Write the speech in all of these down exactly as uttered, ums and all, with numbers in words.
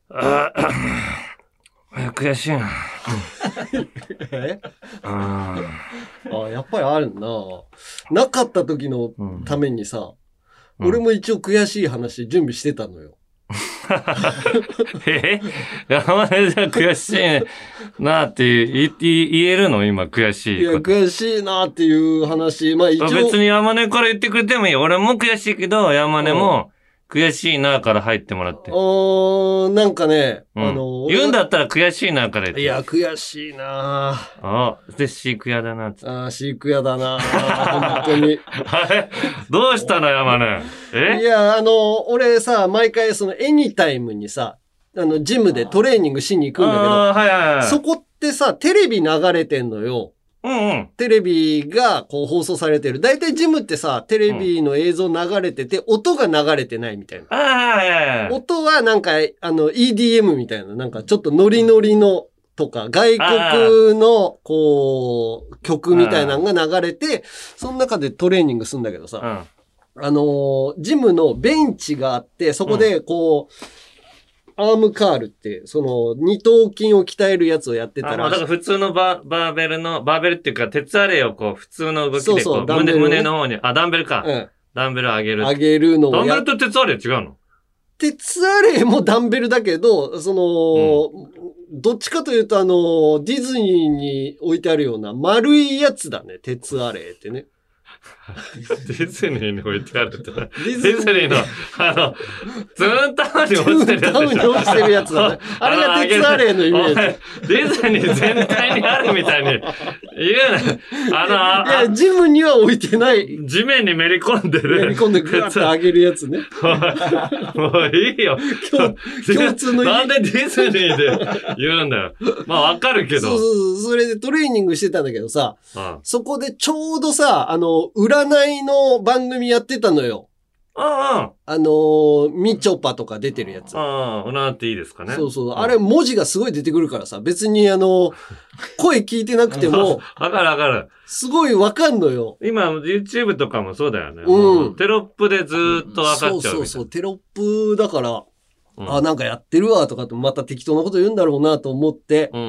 あ悔しいな。 えああ、やっぱりあるな。なかった時のためにさ、うん、俺も一応悔しい話準備してたのよ。 え山根じゃ悔しいなって言えるの今悔しい。 いや、悔しいなっていう話。まあ一応。 別に山根から言ってくれてもいい。俺も悔しいけど、山根も悔しいなから入ってもらって。 あー、なんかね、 うん、あの、言うんだったら悔しいなから言って。 いや、悔しいなあ、で、飼育屋だなって。 ああ、飼育屋だな本当に。 あれどうしたの山根。えいや、あの、俺さ、毎回そのエニタイムにさ、あの、ジムでトレーニングしに行くんだけど、 はいはいはい、 そこってさ、テレビ流れてんのよ。 うんうん、 テレビがこう放送されてる。だいたいジムってさ、テレビの映像流れてて、うん、音が流れてないみたいな。 はいはいはい、 音はなんか、あの、イーディーエム みたいな、なんかちょっとノリノリの、とか、外国の、こう、曲みたいなのが流れて、その中でトレーニングするんだけどさ、うん、あのー、ジムのベンチがあって、そこで、こう、アームカールって、その、二頭筋を鍛えるやつをやってたら。 あ、だから普通のババーベルの、バーベルっていうか、鉄アレイをこう、普通の動きでこう、そうそう胸、胸の方に、あ、ダンベルか。うん。ダンベル上げる。 上げるのを。 ダンベルと鉄アレイ違うの？ 鉄アレイもダンベルだけど、その、うん、どっちかというとあの、ディズニーに置いてあるような丸いやつだね、鉄アレイってね。 ディズニーに置いてあるって。ディズニーの、あの、ツーンタウンに落ちてるやつ。ツーンタウンに落ちてるやつだね。あれが鉄アレイのイメージ。ディズニー全体にあるみたいに言うな。あの、いや、ジムには置いてない。 地面にめり込んでる。 めり込んでグワッと上げるやつね。 もういいよ。 共通のなんでディズニーで言うんだよ。まあわかるけど。 そうそうそう。それでトレーニングしてたんだけどさ、ああそこでちょうどさ、あの、占いの番組やってたのよ。 ああ。あのー、みちょぱとか出てるやつ。 ああ、占っていいですかね。 そうそう。あれ文字がすごい出てくるからさ、別にあの、声聞いてなくても。 わかるわかる。 すごいわかんのよ。 今、YouTube とかもそうだよね。うん。テロップでずーっとわかっちゃうみたいな。 そうそうそう。テロップだから、うん、あ、なんかやってるわとかってまた適当なこと言うんだろうなと思って。うん。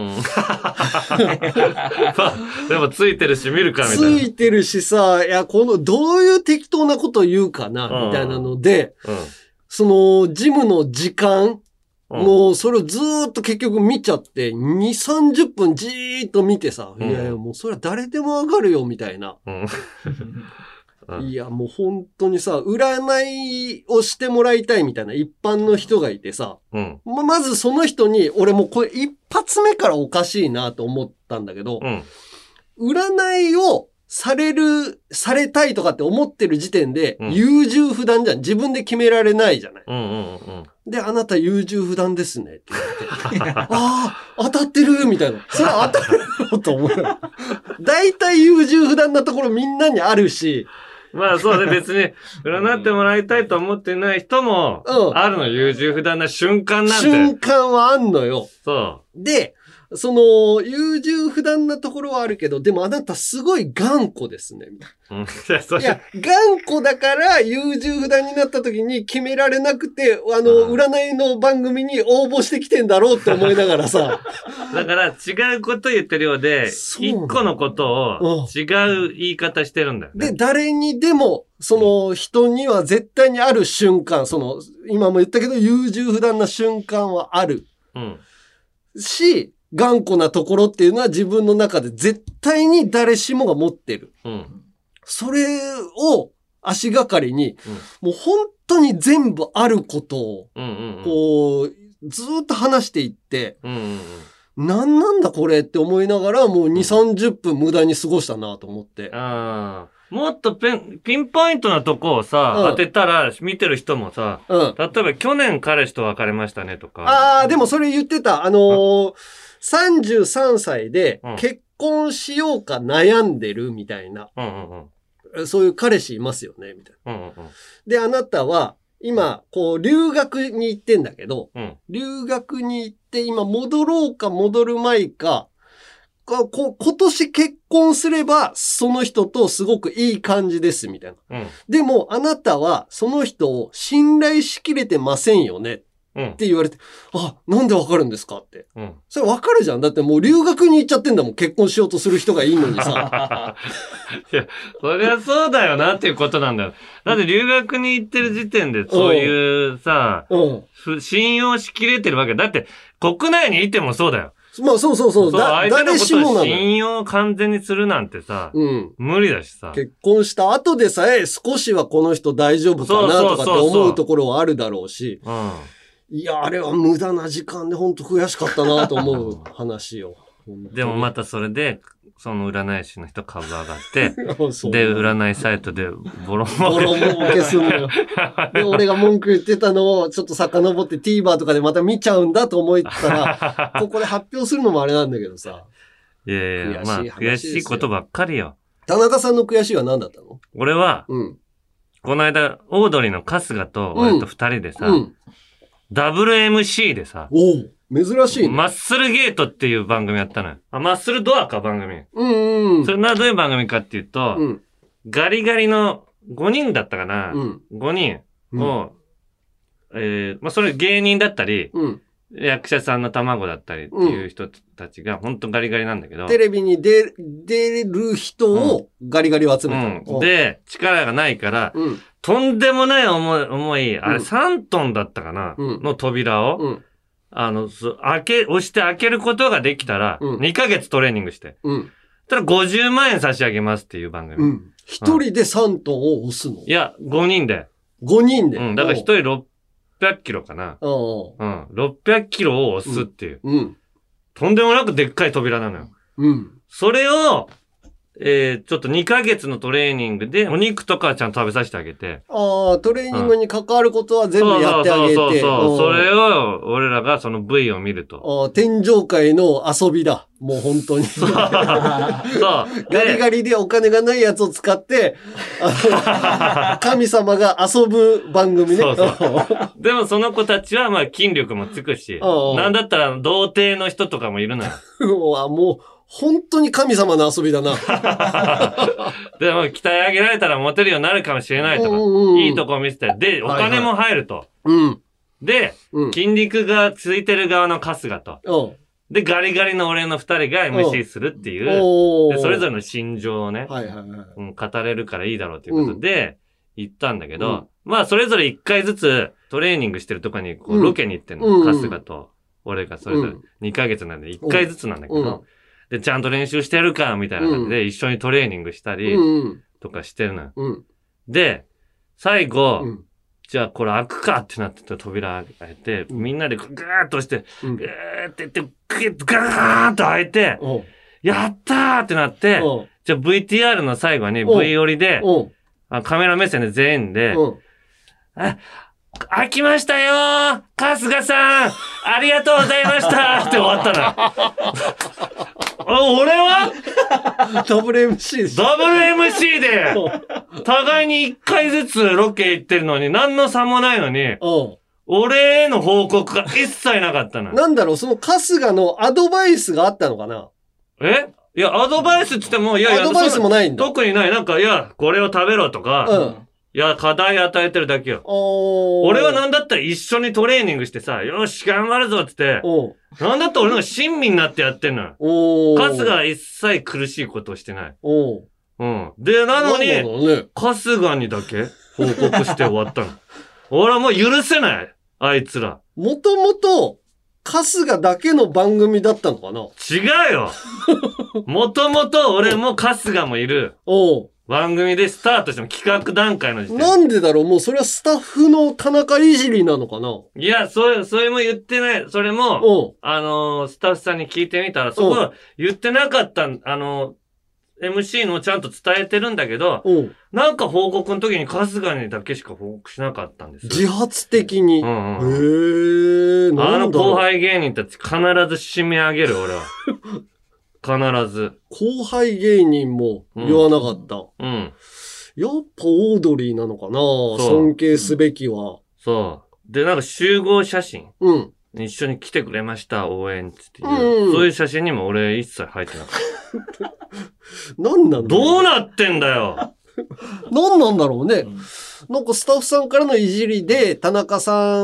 でもついてるし見るかみたいな。 ついてるしさ、いや、この、どういう適当なこと言うかな、みたいなので、うんうん、その、ジムの時間、うん、もうそれをずーっと結局見ちゃって、に、さんじゅっぷんじーっと見てさ、うん、いやいや、もうそれは誰でもわかるよ、みたいな。うんいや、もう本当にさ、占いをしてもらいたいみたいな一般の人がいてさ、うん、ま、まずその人に、俺もこれ一発目からおかしいなと思ったんだけど、うん、占いをされる、されたいとかって思ってる時点で、うん、優柔不断じゃん。自分で決められないじゃない。うんうんうん、で、あなた優柔不断ですね。って言って。ああ、当たってるみたいな。それ当たるのと思う。大体優柔不断なところみんなにあるし、 まあそうね、別に占ってもらいたいと思ってない人も、あるの、優柔不断な瞬間なんて。 瞬間はあんのよ。 そう。 で、その、優柔不断なところはあるけど、でもあなたすごい頑固ですね。うん、いや、頑固だから優柔不断になった時に決められなくて、あの、占いの番組に応募してきてんだろうって思いながらさ。 だから違うこと言ってるようで、一個のことを違う言い方してるんだよね。 で、誰にでも、その人には絶対にある瞬間、その、今も言ったけど優柔不断な瞬間はある。うん。し、頑固なところっていうのは自分の中で絶対に誰しもが持ってる。うん、それを足がかりに、うん、もう本当に全部あることを、こう、ずーっと話していって、うんうんうん、何なんだこれって思いながらもうに、さんじゅっぷん無駄に過ごしたなと思って。 あもっとピン、ピンポイントなとこをさ、うん、当てたら、見てる人もさ、うん、例えば去年彼氏と別れましたねとか。 ああ、でもそれ言ってた。あのー、さんじゅうさんさいで結婚しようか悩んでるみたいな。うんうんうん、そういう彼氏いますよねみたいな、うんうんうん。で、あなたは今、こう、留学に行ってんだけど、うん、留学に行って今戻ろうか戻るまいか、こ今年結婚すればその人とすごくいい感じですみたいな。うん、でもあなたはその人を信頼しきれてませんよね。 って言われて、うん、あ、なんでわかるんですかって。うん、それわかるじゃん。だってもう留学に行っちゃってんだもん。結婚しようとする人がいいのにさ。 いや、そりゃそうだよなっていうことなんだよ。だって留学に行ってる時点でそういうさ、うんうん、信用しきれてるわけ。だって国内にいてもそうだよ。 まあそうそうそう。 そうだ誰しもなの。信用完全にするなんてさ、うん、無理だしさ。 結婚した後でさえ少しはこの人大丈夫かなとかって思うところはあるだろうし。そうそうそうそう、いや、あれは無駄な時間で本当悔しかったなと思う話よ。 でもまたそれで、その占い師の人株上がって、で、占いサイトでボロ儲け。ボロ儲けすんのよ。で、俺が文句言ってたのをちょっと遡って TVer とかでまた見ちゃうんだと思ったら、ここで発表するのもあれなんだけどさ。 いやいや、まあ悔しいことばっかりよ。 田中さんの悔しいは何だったの？ 俺は、うん、この間、オードリーの春日と俺と二人でさ、うんうん、ダブル エムシー でさ、 おう珍しいね。 マッスルゲートっていう番組やったのよ。あ、マッスルドアか番組。うんうん。それな、どういう番組かっていうと、うん、ガリガリのごにんだったかな、うん、ごにんを、うん、えー、まあ、それ芸人だったり、うん、役者さんの卵だったりっていう人たちが、ほんとガリガリなんだけど。 テレビに出、出る人をガリガリを集めたの、 うんうん。で、力がないから、うん、とんでもない重い、重い、あれさんトンだったかな、うん、の扉を、うん、あの、開け、押して開けることができたら、うん、にかげつトレーニングして。うん。ただごじゅうまんえん差し上げますっていう番組。うん。 一人でさんトンを押すの？ いや、ごにんで。 ごにんで。 うん。だから一人ろっぴゃくキロかな。うん。ろっぴゃくキロを押すっていう。うん。うん、とんでもなくでっかい扉なのよ。うん。それを、えー、ちょっとにかげつのトレーニングで、お肉とかはちゃんと食べさせてあげて。 ああ、トレーニングに関わることは全部やってあげて。そうそうそう。それを、俺らがその V を見ると。 ああ、天上界の遊びだ。もう本当に。そう。そうガリガリでお金がないやつを使って、あの神様が遊ぶ番組ね。そうそう。 でもその子たちはまあ筋力もつくし、なんだったら童貞の人とかもいるのよ。 もう、本当に神様の遊びだな。 でも、鍛え上げられたらモテるようになるかもしれないとか、うんうんうん、いいとこ見せて、で、お金も入ると。はいはい、で、うん、筋肉がついてる側の春日と。うん、で、ガリガリの俺の二人が エムシー するっていう、でそれぞれの心情をね、はいはいはいうん、語れるからいいだろうということで、行ったんだけど、うん、まあ、それぞれ一回ずつトレーニングしてるとこにこうロケに行ってんの、うん、春日と俺がそれぞれにかげつなんで一回ずつなんだけど、うんで、ちゃんと練習してるか、みたいな感じで、一緒にトレーニングしたり、とかしてるのよ。うん、で、最後、うん、じゃあこれ開くかってなってた扉開いて、みんなでグーッと押して、うん、グーって言って、ガーッと開いて、やったーってなって、じゃあ ブイティーアール の最後に V 折りで、カメラ目線で全員で、あ開きましたよー春日さんありがとうございましたって終わったの。俺はダブル エムシー でしょダブル エムシー で互いにいっかいずつロケ行ってるのに何の差もないのに俺への報告が一切なかったの。 なんだろうその春日のアドバイスがあったのかな。 えいやアドバイスって言ってもいやいやアドバイスもないんだ。 特にない。なんかいやこれを食べろとか、うんいや、課題与えてるだけよ。俺はなんだったら一緒にトレーニングしてさ、よし、頑張るぞって言って、なんだったら俺のが親身になってやってんのよ。春日は一切苦しいことをしてない。うん。で、なのに、ね、春日にだけ報告して終わったの。俺はもう許せない。あいつら。 もともと、春日だけの番組だったのかな違うよ。もともと俺も春日もいる。お番組でスタートしても企画段階の時点。 なんでだろうもうそれはスタッフの田中いじりなのかな。 いや、それ、それも言ってない。それも、あのー、スタッフさんに聞いてみたら、そこは言ってなかった、あのー、エムシー のちゃんと伝えてるんだけど、なんか報告の時に春日にだけしか報告しなかったんですよ。 自発的に。うんうん、へー、なんだろう。あの後輩芸人たち必ず締め上げる、俺は。必ず。 後輩芸人も言わなかった。うん。うん、やっぱオードリーなのかな尊敬すべきは。 そう。で、なんか集合写真。うん。一緒に来てくれました、応援っていう。うん、そういう写真にも俺一切入ってなかった。 何なんだろうどうなってんだよ何なんだろうね。うん、なんかスタッフさんからのいじりで、田中さん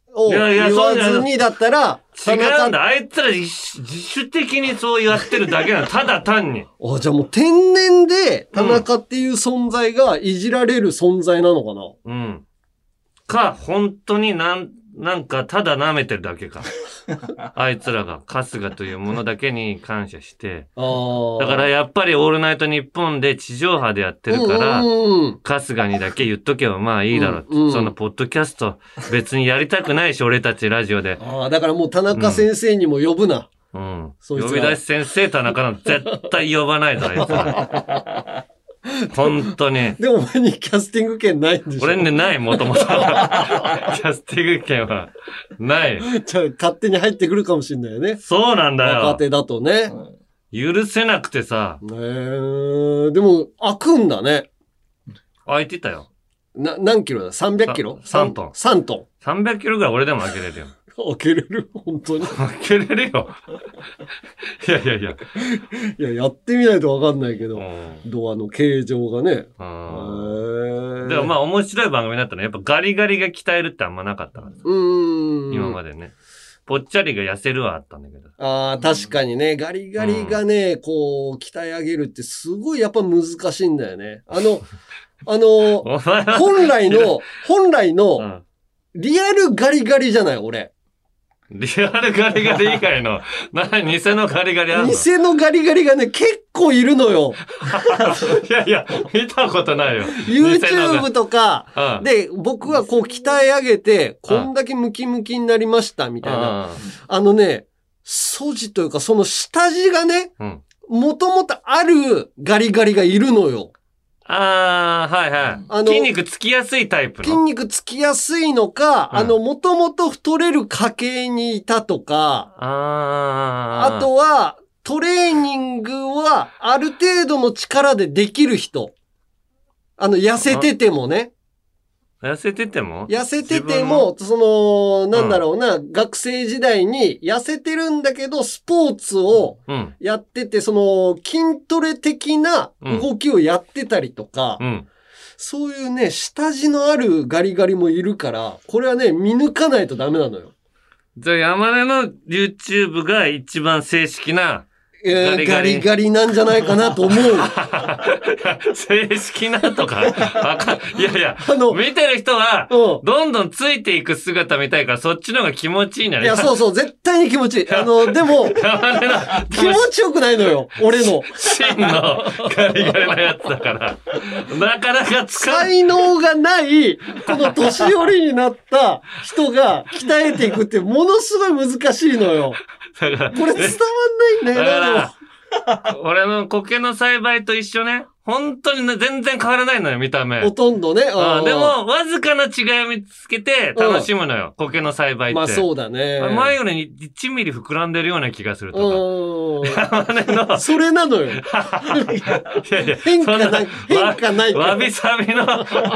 を言わずにだったら、 違うんだ。あいつら自主的にそうやってるだけなの。ただ単に。 あ、じゃあもう天然で田中っていう存在がいじられる存在なのかな。 うん。か、本当になん、なんかただ舐めてるだけか。あいつらが春日というものだけに感謝して。 あだからやっぱりオールナイトニッポンで地上波でやってるから、春日にだけ言っとけばまあいいだろう、うんうん。そのポッドキャスト別にやりたくないし、俺たちラジオで。 ああ、だからもう田中先生にも呼ぶな。 うん。うん、呼び出し先生田中の絶対呼ばないぞ、あいつら。本当に。 でもお前にキャスティング権ないんでしょ？ 俺ね、ない、もともと。キャスティング権は、ない。 じゃあ、勝手に入ってくるかもしんないよね。 そうなんだよ。 若手だとね。 許せなくてさ。 えー、でも、開くんだね。 開いてたよ。 な、何キロだ ?さんびゃく キロ ?さん トン。 さんトン。 さんびゃくキロぐらい俺でも開けれるよ。 開けれる本当に。 開けれるよ。いやいやいや。 いや、やってみないとわかんないけど、ドアの形状がね。 うん。でもまあ面白い番組だったのは、やっぱガリガリが鍛えるってあんまなかったからさ。 うん。 今までね。ぽっちゃりが痩せるはあったんだけど。 ああ、確かにね、ガリガリがね、うん、こう、鍛え上げるってすごいやっぱ難しいんだよね。あの、あの、本来の、本来の、リアルガリガリじゃない、俺。 リアルガリガリ以外の、な、偽のガリガリあるの？ 偽のガリガリがね、結構いるのよ。 いやいや、見たことないよ。 YouTube とか、うん、で、僕はこう鍛え上げて、こんだけムキムキになりました、みたいな。あのね、素地というか、その下地がね、もともとあるガリガリがいるのよ。 ああ、はいはい。あの、筋肉つきやすいタイプの。 筋肉つきやすいのか、うん、あの、もともと太れる家系にいたとか、 ああとは、トレーニングはある程度の力でできる人。あの、痩せててもね。 痩せてても痩せてても、その、なんだろうな、うん、学生時代に痩せてるんだけど、スポーツをやってて、うん、その、筋トレ的な動きをやってたりとか、 うん、 そういうね、下地のあるガリガリもいるから、これはね、見抜かないとダメなのよ。 じゃあ、山根の YouTube が一番正式な、 えー、ガリガリ。ガリガリなんじゃないかなと思う。 正式なとか、わかいやいや、あの、見てる人は、うん、どんどんついていく姿見たいから、そっちの方が気持ちいいんだよね。 いや、そうそう、絶対に気持ちいい。あの、でも、気持ちよくないのよ、俺の。 真のガリガリなやつだから。なかなか使う。才能がない、この年寄りになった人が鍛えていくって、ものすごい難しいのよ。 だからこれ伝わんないんだよな。 俺の苔の栽培と一緒ね。本当にね、全然変わらないのよ、見た目。 ほとんどね。 あでも、わずかな違いを見つけて楽しむのよ。苔の栽培って。 まあそうだね。 前よりにいちミリ膨らんでるような気がするとか。それなのよ。いやいや変化ない。変化ない。 わびさびの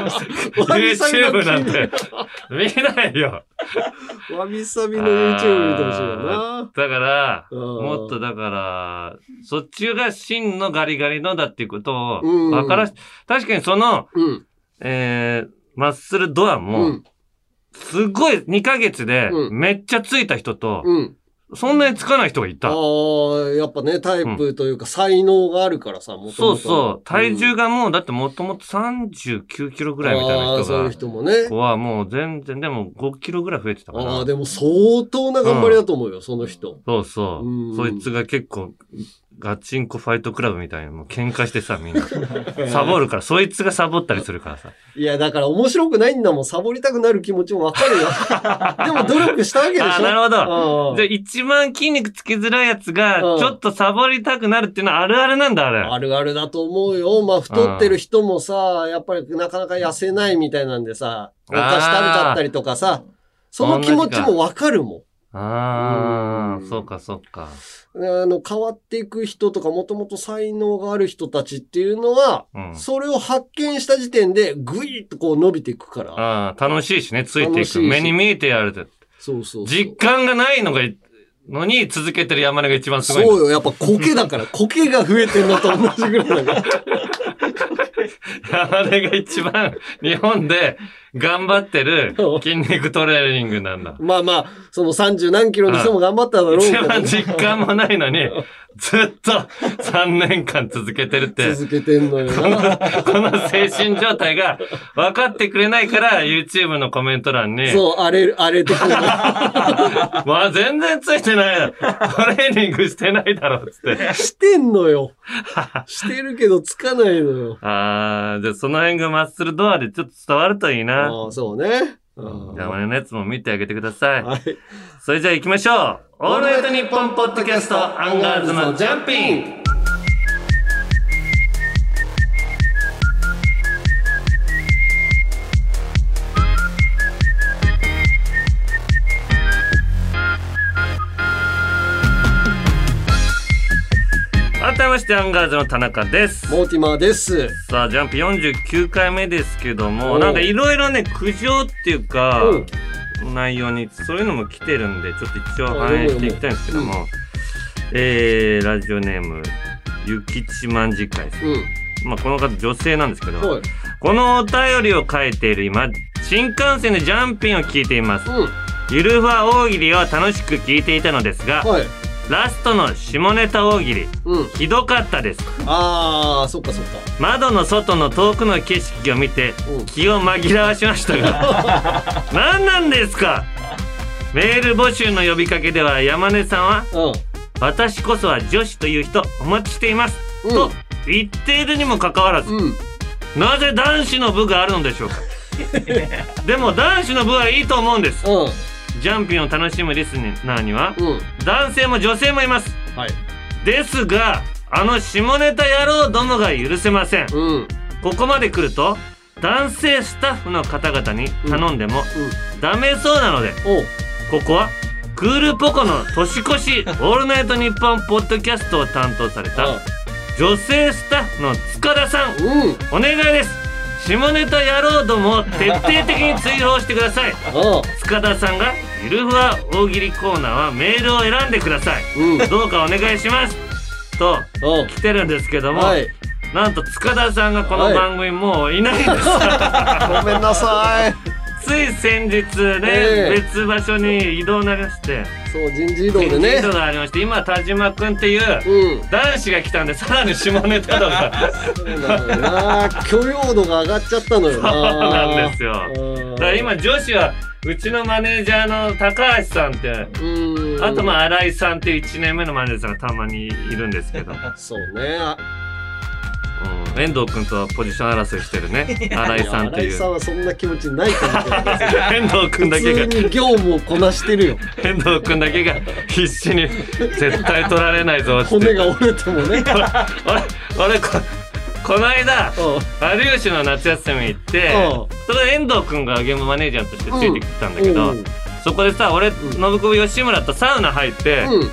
YouTube なんて見ないよ。 わびさびの YouTube 見てほしいよな。 だから、もっとだから、そっちが真のガリガリのだっていうことを、わからし、確かにその、うん、えー、マッスルドアも、うん、すごいにかげつでめっちゃついた人と、うん、そんなにつかない人がいた。 ああ、やっぱね、タイプというか才能があるからさ、もともと。 そうそう。体重がもう、だってもともとさんじゅうきゅうキロぐらいみたいな人が。あそういう人もね。 はもう全然、でもごキロぐらい増えてたから。 ああ、でも相当な頑張りだと思うよ、うん、その人。 そうそう。うん、そいつが結構、ガチンコファイトクラブみたいな、もう喧嘩してさ、みんな。サボるから、そいつがサボったりするからさ。 いや、だから面白くないんだもん。サボりたくなる気持ちもわかるよ。でも努力したわけでしょ。 あ、なるほど。じゃあ一番筋肉つきづらいやつが、ちょっとサボりたくなるっていうのはあるあるなんだ、あれ。 あるあるだと思うよ。まあ、太ってる人もさ、やっぱりなかなか痩せないみたいなんでさ、お菓子食べちゃったりとかさ、その気持ちもわかるもん。 ああ、そうかそうか。 あの、変わっていく人とか、もともと才能がある人たちっていうのは、うん、それを発見した時点で、ぐいっとこう伸びていくから。 ああ、楽しいしね、ついていく。目に見えてやるって。 そうそうそう。 実感がないのが、のに続けてる山根が一番すごい。 そうよ、やっぱ苔だから、苔が増えてるのと同じぐらいだから。 山根が一番日本で頑張ってる筋肉トレーニングなんだ。 まあまあ、そのさんじゅう何キロの人も頑張っただろうけど、 一番実感もないのに、ずっとさんねんかん続けてるって。 続けてんのよ。 この、この精神状態が分かってくれないから、YouTube のコメント欄に。 そう、荒れる、荒れてくる。 まあ全然ついてないよ。トレーニングしてないだろ、つって。 してんのよ。してるけどつかないのよ。 ああ、じゃあその辺がマッスルドアでちょっと伝わるといいな。 ああ、そうね。 山根のやつも見てあげてください。 はい。 それじゃあ行きましょう。オールナイトニッポンポッドキャストアンガールズのジャンピン。改めましてアンガールズの田中です。 モーティマーです。 さあジャンプよんじゅうきゅうかいめですけども、なんかいろいろね苦情っていうか内容にそういうのも来てるんで、ちょっと一応反映していきたいんですけども、うん、えー、ラジオネームゆきちまんじかいさん、うん、まあこの方女性なんですけど、このお便りを書いている今新幹線でジャンピンを聞いています、うん、ゆるふわ大喜利を楽しく聞いていたのですが、はい、ラストの下ネタ大喜利、うん、ひどかったです。 あー、そっかそっか。 窓の外の遠くの景色を見て、うん、気を紛らわしましたが何なんですか。メール募集の呼びかけでは山根さんは、うん、私こそは女子という人お待ちしています、うん、と言っているにもかかわらず、うん、なぜ男子の部があるのでしょうかでも男子の部はいいと思うんです、うん、ジャンピンを楽しむリスナーには、うん、男性も女性もいます、はい、ですがあの下ネタ野郎どもが許せません、うん、ここまで来ると男性スタッフの方々に頼んでも、うんうん、ダメそうなので、ここはクールポコの年越しオールナイトニッポンポッドキャストを担当された女性スタッフの塚田さん、うん、お願いです。下ネタ野郎どもを徹底的に追放してください塚田さんがゆるふわ大喜利コーナーはメールを選んでください、うん、どうかお願いしますと来てるんですけども、はい、なんと塚田さんがこの番組もういないんです、 はい、ごめんなさい。 つい先日ね、えー、別場所に移動になりまして、 そう人事異動でね、 人事異動がありまして、今田島くんっていう男子が来たんで、さらに下ネタ度がそうなのよな、許容度が上がっちゃったのよな。 そうなんですよ。だから今女子はうちのマネージャーの高橋さんって、うん、あとまあ新井さんっていういちねんめのマネージャーがたまにいるんですけど、 そうね、 うん、遠藤君とポジション争いしてるね新井さんっていう。 新井さんはそんな気持ちないかもしれないです遠藤君だけが普通に業務をこなしてるよ。 遠藤君だけが必死に絶対取られないぞって骨が折れてもねあれあれここの間有吉の夏休み行って、それで遠藤君がゲームマネージャーとしてついてきてたんだけど、うん、そこでさ俺信子吉村とサウナ入って、うん、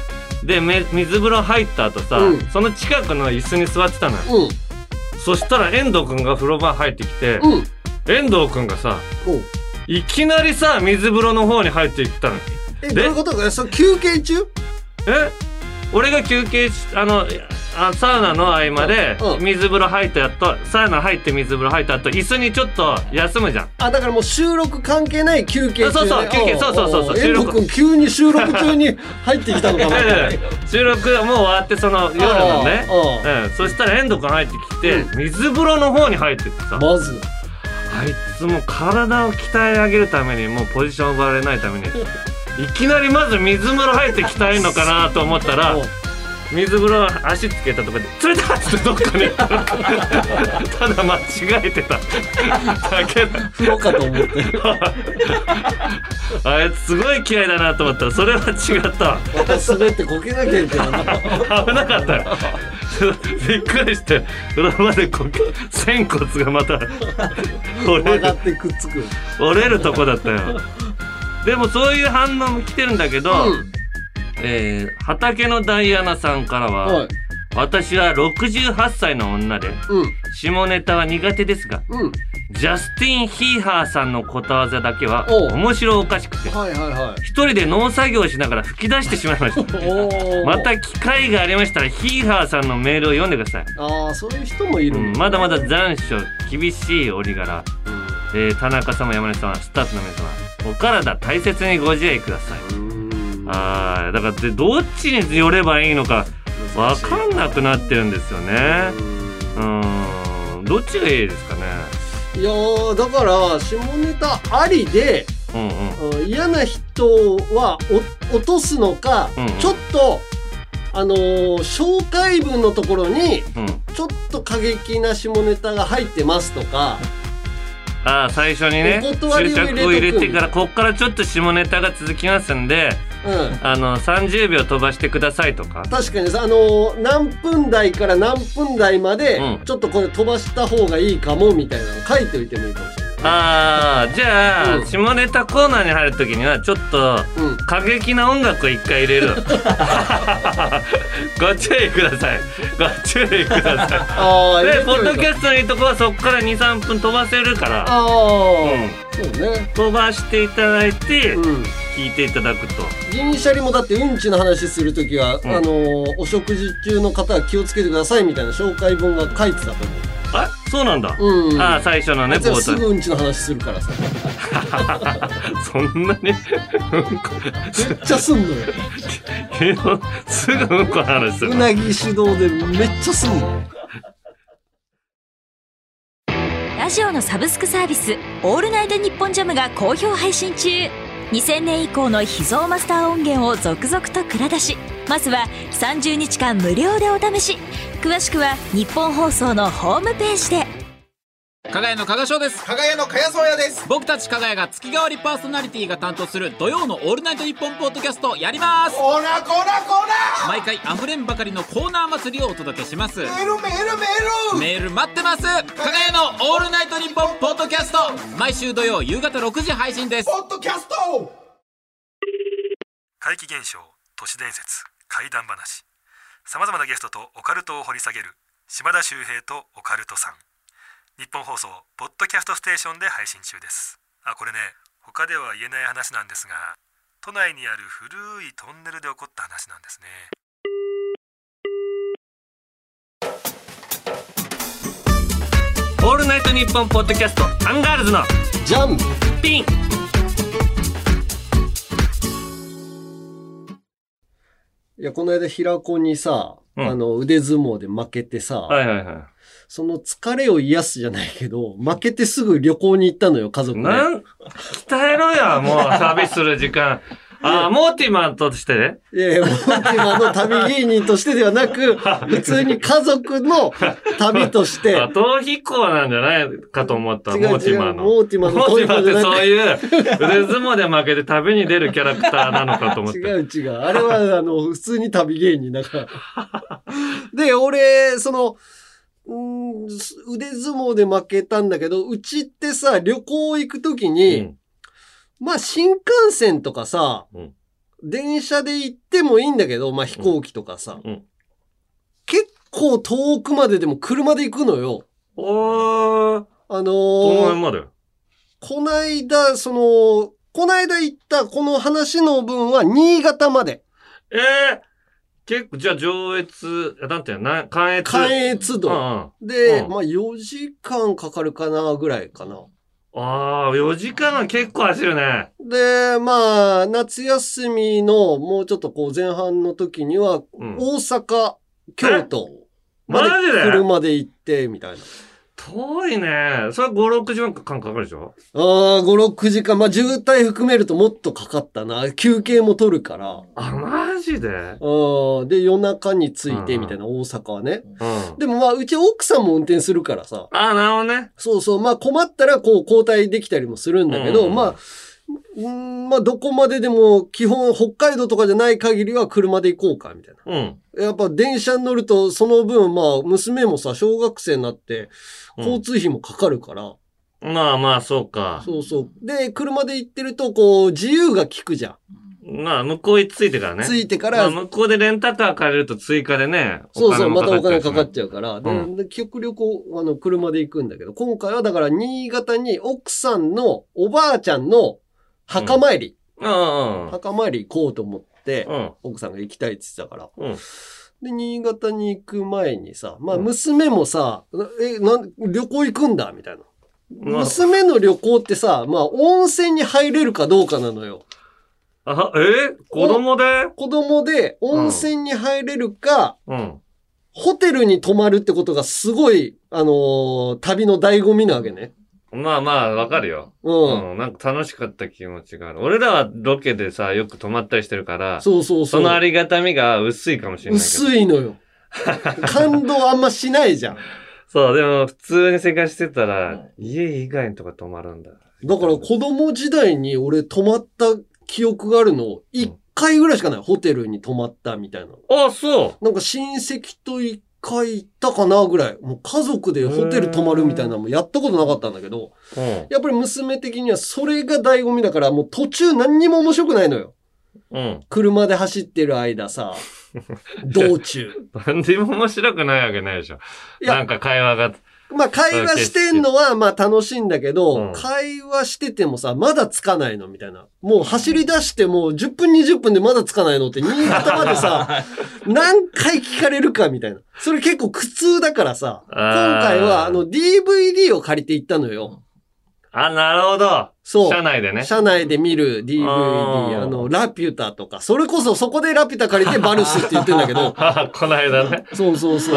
で水風呂入った後さ、うん、その近くの椅子に座ってたのよ、うん、そしたら遠藤君が風呂場入ってきて、うん、遠藤君がさいきなりさ水風呂の方に入っていったの。 えどういうことか、そ休憩中？ え俺が休憩しあのあサウナの合間で水風呂入った後、サウナ入って水風呂入った後椅子にちょっと休むじゃん。 あだからもう収録関係ない休憩中、ね、 そうそう休憩そうそうそうそう遠藤君急に収録中に入ってきたのかな収録もう終わってその夜のね、うん、そしたら遠藤君入ってきて、うん、水風呂の方に入ってってさ、 まずあいつも体を鍛え上げるためにもうポジション奪われないためにいきなりまず水風呂入って鍛えるのかなと思ったら水風呂足つけたとこで「釣れた!」ってどっかにただ間違えてただけだ風呂かと思ってあいつすごい気合いだなと思ったらそれは違ったまた滑ってこけなきゃいけない危なかったよびっくりして風呂場でこけ仙骨がまた折れる曲がってくっつく折れるとこだったよ。でもそういう反応も来てるんだけど、うんえー、畑のダイアナさんからは、はい、私はろくじゅうはっさいの女で、うん、下ネタは苦手ですが、うん、ジャスティン・ヒーハーさんのことわざだけは面白おかしくて、はいはいはい、一人で農作業しながら吹き出してしまいましたまた機会がありましたらヒーハーさんのメールを読んでください。 あーそういう人もいる、 うん、まだまだ残暑厳しい折柄、うん、 えー、田中様、山根様、スタッフの皆様、お体大切にご自愛ください。あー、だからでどっちに寄ればいいのか分かんなくなってるんですよね。うーん、どっちがいいですかね。 いやー、だから下ネタありで、うんうん、嫌な人は落とすのか、うんうん、ちょっとあのー、紹介文のところに、うん、ちょっと過激な下ネタが入ってますとか、 ああ、最初にね、注釈を入れてから、こっからちょっと下ネタが続きますんで、うん、あのさんじゅうびょう飛ばしてくださいとか。 確かにあの何分台から何分台まで、うん、ちょっとこれ飛ばした方がいいかもみたいなの書いておいてもいいかもしれない。 ああ、じゃあ、うん、下ネタコーナーに入るときにはちょっと過激な音楽を一回入れる、うん、ご注意ください、ご注意ください。あでポッドキャストのいいとこはそこから にさんぷん飛ばせるから、あ、うん、そうね、飛ばしていただいて、うん、聞いていただくと。 銀シャリもだってうんちの話するときは、うん、あのー、お食事中の方は気をつけてくださいみたいな紹介文が書いてたと思う。 あ、そうなんだ。うん、ああ、最初のね、 冒頭すぐうんちの話するからさ。 そんなにめっちゃすんのよ。 すぐうんこの話する。 うなぎ指導でめっちゃすんのよ。 ラジオのサブスクサービスオールナイトニッポンジャムが好評配信中。にせんねん以降の秘蔵マスター音源を続々と蔵出し。まずはさんじゅうにちかん無料でお試し。詳しくは日本放送のホームページで。 かがやの加賀翔です。 かがやのかやそうやです。 僕たちかがやが月替わりパーソナリティが担当する土曜のオールナイトニッポンポッドキャストやります。 コーナーコーナーコーナー、毎回あふれんばかりのコーナー祭りをお届けします。 メールメールメールメール待ってます。かがやのオールナイトニッポンポッドキャスト、毎週土曜夕方ろくじ配信です。 ポッドキャスト。 怪奇現象、都市伝説、怪談話、さまざまなゲストとオカルトを掘り下げる島田秀平とオカルトさん。日本放送ポッドキャストステーションで配信中です。あ、これね、他では言えない話なんですが、都内にある古いトンネルで起こった話なんですね。オールナイトニッポンポッドキャスト、アンガールズのジャンピン。 いや、この間平子にさ、うん、あの腕相撲で負けてさ、はいはいはい、その疲れを癒すじゃないけど、負けてすぐ旅行に行ったのよ、家族で。 なん、鍛えろや、もう旅する時間。ああ、モーティマンとしてね。 いやいや、モーティマンの旅芸人としてではなく、普通に家族の旅として。 逃避行なんじゃないかと思った、 違う違う、 モーティマンの。 モーティマンの逃避行ってそういう腕相撲で負けて旅に出るキャラクターなのかと思った。 違う違う。あれは、あの、普通に旅芸人だから。で、俺、その、うーん、腕相撲で負けたんだけど、うちってさ、旅行行くときに、うん、まあ新幹線とかさ、うん、電車で行ってもいいんだけど、まあ飛行機とかさ、うんうん、結構遠くまででも車で行くのよ。 おー。 あのー、 どの辺まで？ こないだ、その、こないだ行ったこの話の分は新潟まで。 ええー、結構、じゃあ上越、なんていうの、関越。 関越道。うんうん、で、うん、まあよじかんかかるかな、ぐらいかな。 ああ、よじかんは結構走るね。 で、まあ、夏休みのもうちょっとこう前半の時には、うん、大阪、京都まで車で行って、みたいな。 遠いね。それはご、ろくじかんかかるでしょ？ ああ、ご、ろくじかん。まあ、渋滞含めるともっとかかったな。休憩も取るから。 あ、マジで？ああ、で、夜中に着いて、みたいな、うん、大阪はね。うん。でもまあ、うち奥さんも運転するからさ。 ああ、なるほどね。 そうそう。まあ、困ったら、こう、交代できたりもするんだけど、うん、まあ、うん、まあ、どこまででも、基本、北海道とかじゃない限りは車で行こうか、みたいな。うん。やっぱ、電車に乗ると、その分、まあ、娘もさ、小学生になって、交通費もかかるから。 うん、まあまあ、そうか。 そうそう。で、車で行ってると、こう、自由が利くじゃん。まあ、向こうに着いてからね。 着いてから。 まあ、向こうでレンタカー借りると追加でね。 そうそう、またお金かかっちゃうから。うん、で、極力こう、あの、車で行くんだけど、今回はだから、新潟に奥さんのおばあちゃんの墓参り。うん、墓参り行こうと思って、うん、奥さんが行きたいって言ってたから。うんで、新潟に行く前にさ、まあ、娘もさ、うん、え、なん、旅行行くんだみたいな。 娘の旅行ってさ、まあ温泉に入れるかどうかなのよ。 あ、え子供で子供で温泉に入れるか、 うん。 ホテルに泊まるってことがすごい、あのー旅の醍醐味なわけね。 まあまあ、わかるよ。 うん。 うん。なんか楽しかった気持ちがある。俺らはロケでさ、よく泊まったりしてるから、 そうそうそう。 そのありがたみが薄いかもしれないけど。 薄いのよ。感動あんましないじゃん。 そう、でも普通に生活してたら、家以外のとこ泊まるんだ。 だから子供時代に俺泊まった記憶があるの、一回ぐらいしかない。ホテルに泊まったみたいな。 ああ、そう。 なんか親戚と一回行ったかなぐらい。もう家族でホテル泊まるみたいなのもやったことなかったんだけど、 うん、 やっぱり娘的にはそれが醍醐味だから、もう途中何にも面白くないのよ。 うん。 車で走ってる間さ、道中。 何にも面白くないわけないでしょ。なんか会話が。 まあ会話してんのはまあ楽しいんだけど、 うん、 会話しててもさ、まだつかないのみたいな。もう走り出してもうじゅっぷんにじゅっぷんでまだつかないのって新潟までさ、何回聞かれるかみたいな。それ結構苦痛だからさ、今回はあの ディーブイディー を借りて行ったのよ。 あ、なるほど。 そう。 車内でね。 車内で見る ディーブイディー、あ, あの、ラピュタとか、それこそそこでラピュタ借りてバルスって言ってんだけど。 この間ね。 そうそうそう。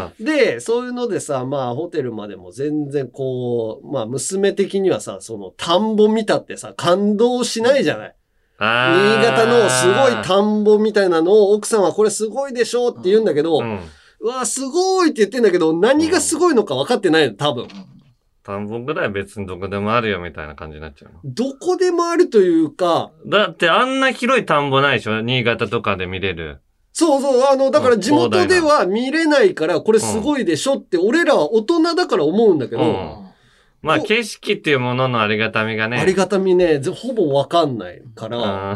で、そういうのでさ、まあ、ホテルまでも全然こう、まあ、娘的にはさ、その、田んぼ見たってさ、感動しないじゃない。新潟のすごい田んぼみたいなのを奥さんはこれすごいでしょって言うんだけど、うん、うわ、すごいって言ってんだけど、何がすごいのか分かってないの、多分。 田んぼぐらい別にどこでもあるよみたいな感じになっちゃうの。 どこでもあるというか。 だってあんな広い田んぼないでしょ？新潟とかで見れる。 そうそう。あの、だから地元では見れないから、これすごいでしょって俺らは大人だから思うんだけど。うん、 まあ景色っていうもののありがたみがね。 ありがたみね、ほぼわかんないから、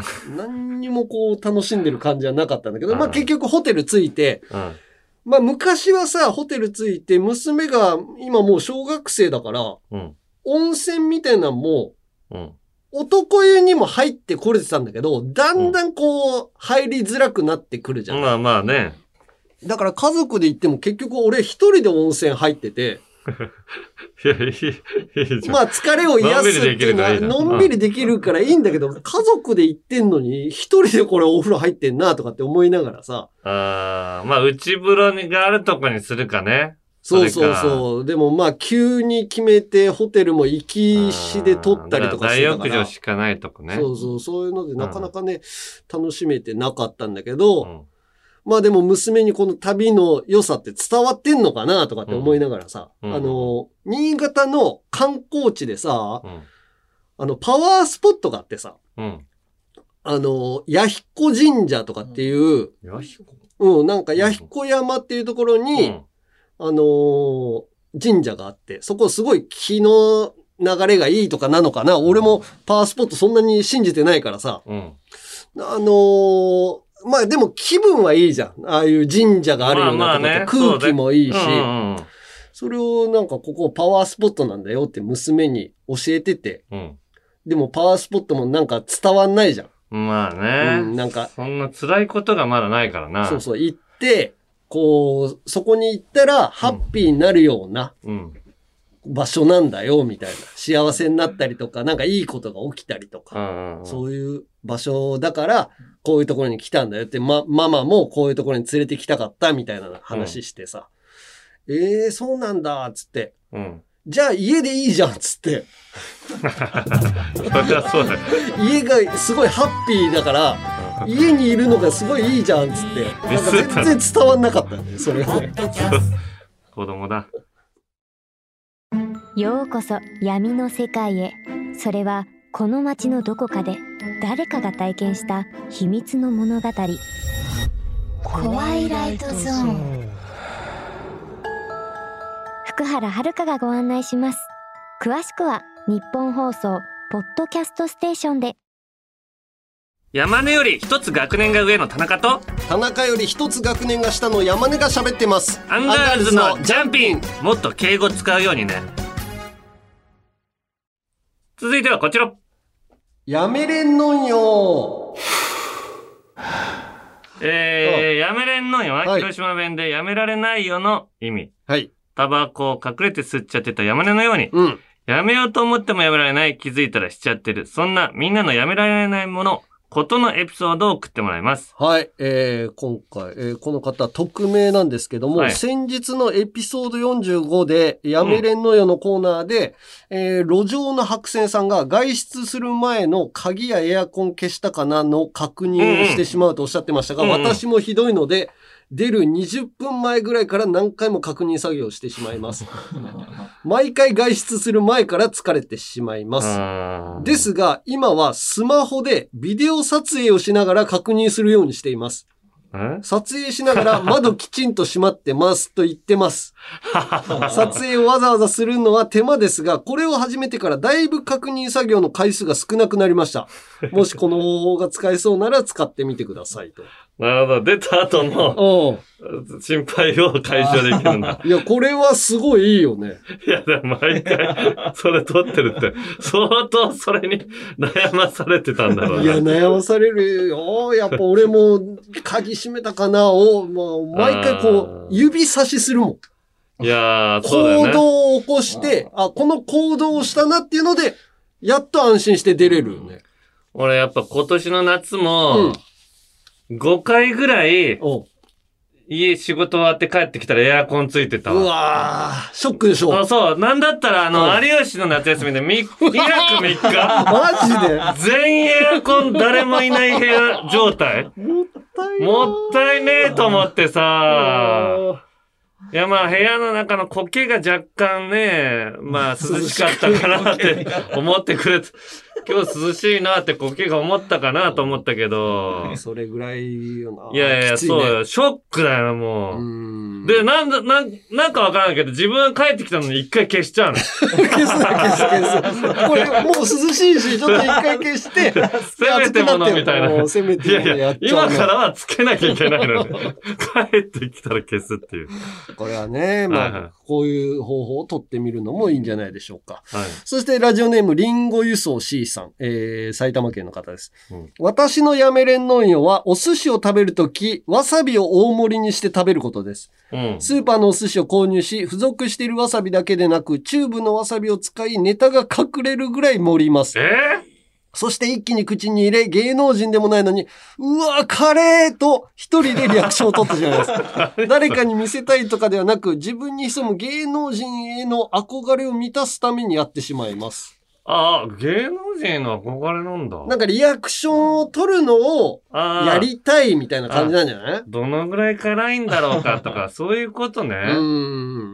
何にもこう楽しんでる感じはなかったんだけど、まあ結局ホテル着いて、うんまあ昔はさ、ホテル着いて、娘が今もう小学生だから、うん、温泉みたいなのも、うん、男湯にも入ってこれてたんだけど、だんだんこう、入りづらくなってくるじゃん。 まあまあね。 だから家族で行っても結局俺一人で温泉入ってて、 いやいいいいじゃんまあ疲れを癒すっていうのはのんびりできるからいいんだけど、家族で行ってんのに一人でこれお風呂入ってんなとかって思いながらさ。 ああ、まあ内風呂があるとこにするかね。 そうそうそう。でもまあ急に決めてホテルも行きしで取ったりとかしてたから。 大浴場しかないとこね。 そうそう、そういうのでなかなかね、うん、楽しめてなかったんだけど、うんまあでも娘にこの旅の良さって伝わってんのかなとかって思いながらさ、うん、あの、新潟の観光地でさ、うん、あの、パワースポットがあってさ、うん、あの、弥彦神社とかっていう、 弥彦うん、なんか弥彦山っていうところに、うん、あのー、神社があって、そこすごい気の流れがいいとかなのかな、俺もパワースポットそんなに信じてないからさ、うん、あのー、まあでも気分はいいじゃん。ああいう神社があるようなとこって空気もいいし、それをなんかここパワースポットなんだよって娘に教えてて、うん、でもパワースポットもなんか伝わんないじゃん。 まあね、 うん。なんか。 そんな辛いことがまだないからな。 そうそう、行って、こう、そこに行ったらハッピーになるような場所なんだよみたいな。幸せになったりとか、なんかいいことが起きたりとか、そういう場所だから、こういうところに来たんだよって、ま、ママもこういうところに連れてきたかったみたいな話してさ。うん、えー、そうなんだ、つって。うん、じゃあ家でいいじゃん、つって。 そりゃそうだよ。 家がすごいハッピーだから、家にいるのがすごいいいじゃん、つって。なんか全然伝わんなかったね、それはね。 子供だ。 ようこそ闇の世界へ。それはこの街のどこかで誰かが体験した秘密の物語。 コワイライトゾーン。 福原遥がご案内します。詳しくは日本放送ポッドキャストステーションで。 山根より一つ学年が上の田中と田中より一つ学年が下の山根が喋ってます。 アンガールズのジャンピン。もっと敬語使うようにね。続いてはこちら。 やめれんのんよ。 えー、やめれんのんよは、はい、広島弁でやめられないよの意味。はい。タバコを隠れて吸っちゃってた山根のように、うん、 やめようと思ってもやめられない、気づいたらしちゃってる。そんなみんなのやめられないもの、ことのエピソードを送ってもらいます。 はい。えー、今回、えー、この方、匿名なんですけども、はい、先日のエピソードよんじゅうごで、やめれんのよのコーナーで、うん、えー、路上の白線さんが外出する前の鍵やエアコン消したかなの確認をしてしまうとおっしゃってましたが、うんうん、私もひどいので、出るにじゅっぷんまえぐらいから何回も確認作業をしてしまいます。毎回外出する前から疲れてしまいます。ですが、今はスマホでビデオ撮影をしながら確認するようにしています。撮影しながら窓きちんと閉まってますと言ってます。撮影をわざわざするのは手間ですが、これを始めてからだいぶ確認作業の回数が少なくなりました。もしこの方法が使えそうなら使ってみてくださいと。 なるほど。出た後も心配を解消できるんだ。 いや、これはすごいいいよね。 いや、でも毎回それ撮ってるって、相当それに悩まされてたんだろうね。 いや、悩まされるよ。やっぱ俺も鍵閉めたかなを、まあ、毎回こう、指差しするもん。いやー、そうだよね。 行動を起こして、あ、この行動をしたなっていうので、やっと安心して出れるよね。 俺やっぱ今年の夏も、ごかいぐらい、家仕事終わって帰ってきたらエアコンついてたわ。 うわー、ショックでしょ。 あ、そう。なんだったら、あの、有吉の夏休みでにはくみっかマジで全員エアコン誰もいない部屋状態もったいもったいねえと思ってさ、いやまあ部屋の中の苔が若干ね、まあ涼しかったかなって思ってくれて、今日涼しいなって苔が思ったかなと思ったけど。 それぐらいよな。 いやいや、そうよ。ショックだよ、もう。で、なんだ、なん、なんかわからないけど、自分が帰ってきたのに一回消しちゃうの。 消すな、消す、消す。これもう涼しいし、ちょっと一回消して、 せめてものみたいな。 せめてものやっちゃう。 いやいや、今からはつけなきゃいけないので、帰ってきたら消すっていう。 これはね、まあ、はいはい、こういう方法を取ってみるのもいいんじゃないでしょうか。はい、そしてラジオネーム、リンゴ輸送 C さん、えー、埼玉県の方です。うん、私のやめれんのんよは、お寿司を食べるとき、わさびを大盛りにして食べることです。うん、スーパーのお寿司を購入し、付属しているわさびだけでなく、チューブのわさびを使い、ネタが隠れるぐらい盛ります。 えーそして一気に口に入れ、芸能人でもないのに、うわ、カレーと一人でリアクションを取ってしまいます。誰かに見せたいとかではなく、自分に潜む芸能人への憧れを満たすためにやってしまいます。 ああ、芸能人への憧れなんだ。 なんかリアクションを取るのをやりたいみたいな感じなんじゃない？ どのぐらい辛いんだろうかとか、そういうことね。 うん。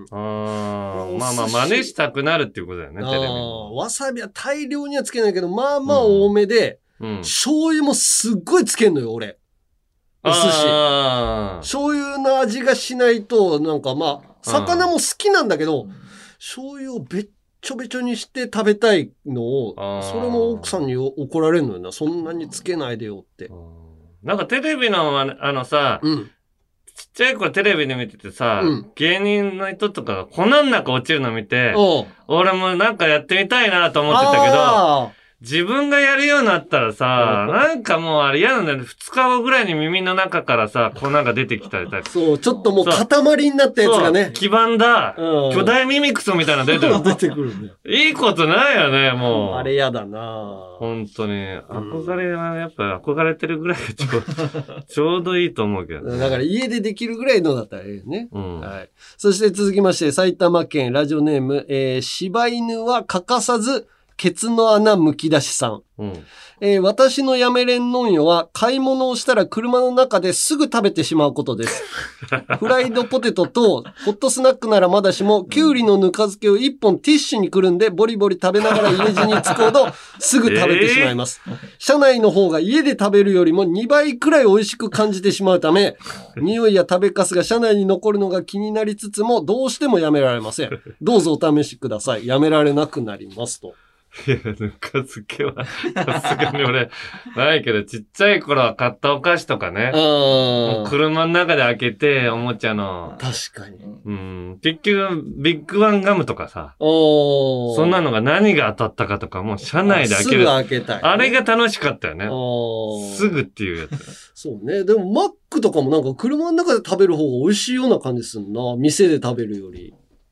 あまあまあ、真似したくなるっていうことだよね、テレビの。わさびは大量にはつけないけど、まあまあ多めで、うん、醤油もすっごいつけんのよ、俺。お寿司。醤油の味がしないと、なんかまあ、魚も好きなんだけど、醤油をべっちょべちょにして食べたいのを、それも奥さんに怒られるのよな。そんなにつけないでよって。 なんかテレビのあのさ、うん、ちっちゃい頃テレビで見ててさ、うん、芸人の人とかが粉の中落ちるの見て、俺もなんかやってみたいなと思ってたけど、自分がやるようになったらさ、なんかもうあれ嫌なんだよね。二日後ぐらいに耳の中からさ、粉が出てきたりさ。 そう、ちょっともう塊になったやつがね。 黄ばんだ、うん、巨大ミミクソみたいなの出てる。 出てくるね。 いいことないよね、もう。 あれ嫌だな本当に。憧れはやっぱ憧れてるぐらいがちょうちょうどいいと思うけど、ね。 だから家でできるぐらいのだったらいいね。うん、はい。そして続きまして、埼玉県ラジオネーム、えー、柴犬は欠かさず、ケツの穴むき出しさん。うんえー、私のやめれんのんよは買い物をしたら車の中ですぐ食べてしまうことです。フライドポテトとホットスナックならまだしも、キュウリのぬか漬けを一本ティッシュにくるんでボリボリ食べながら家路に着くほどすぐ食べてしまいます。えー、車内の方が家で食べるよりもにばいくらい美味しく感じてしまうため、匂いや食べかすが車内に残るのが気になりつつもどうしてもやめられません。どうぞお試しください。やめられなくなりますと。 いや、ぬか漬けは、さすがに俺、ないけど、ちっちゃい頃は買ったお菓子とかね。もう車の中で開けて、おもちゃの。 確かに。 うん。結局、ビッグワンガムとかさ。そんなのが何が当たったかとか、もう車内で開ける。 すぐ開けたい、ね。 あれが楽しかったよね。すぐっていうやつ。 そうね。でも、マックとかもなんか車の中で食べる方が美味しいような感じするな。店で食べるより。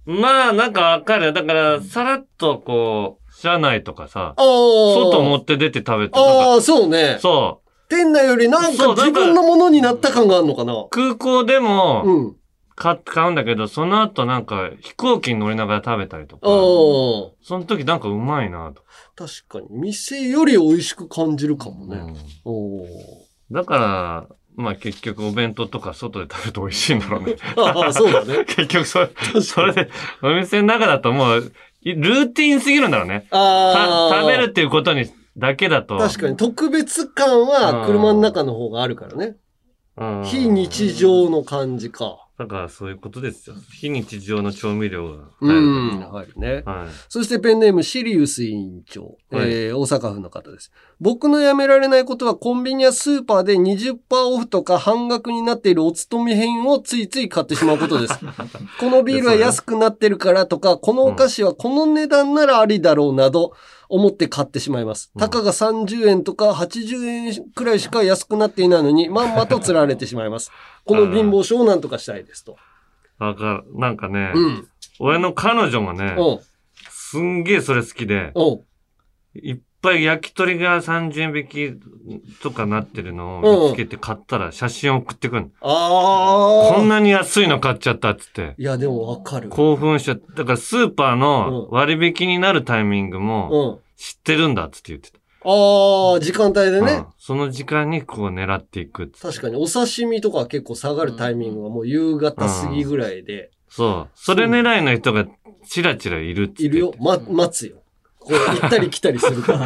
まあ、なんかわかる。だから、さらっとこう、車内とかさ、外持って出て食べて。 ああ、そうね。 そう。 店内よりなんか自分のものになった感があるのかな。 空港でも、 うん。 買うんだけど、その後なんか飛行機に乗りながら食べたりとか。その時なんかうまいなと。 確かに。店より美味しく感じるかもね。うん、おだから、まあ結局お弁当とか外で食べると美味しいんだろうね。 ああ、そうだね。 結局それ、それで、お店の中だともう、ルーティンすぎるんだろうね。ああ。食べるっていうことに、だけだと。 確かに特別感は車の中の方があるからね。非日常の感じか。 だからそういうことですよ。非日常の調味料が入る。うん、入るね。はい。そしてペンネームシリウス委員長。はい、えー、大阪府の方です。僕のやめられないことはコンビニやスーパーで にじゅっパーセント オフとか半額になっているお勤め品をついつい買ってしまうことです。このビールは安くなってるからとか、このお菓子はこの値段ならありだろうなど、思って買ってしまいます。たかがさんじゅうえんとかはちじゅうえんくらいしか安くなっていないのに、まんまと釣られてしまいます。この貧乏症をなんとかしたいですと。 わかる。なんかね、うん、俺の彼女もね、すんげえそれ好きで、いっぱい焼き鳥がさんじゅうえん引きとかなってるのを見つけて買ったら写真を送ってくるの。ああ。こんなに安いの買っちゃったっつって。 いや、でもわかる。 興奮しちゃった。だからスーパーの割引になるタイミングも知ってるんだっつって言ってた。 ああ、時間帯でね、うん。 その時間にこう狙っていくっつって。 確かにお刺身とか結構下がるタイミングはもう夕方過ぎぐらいで。うん、 そう。それ狙いの人がチラチラいるっつって。 いるよ。ま、待つよ。こう行ったり来たりするから。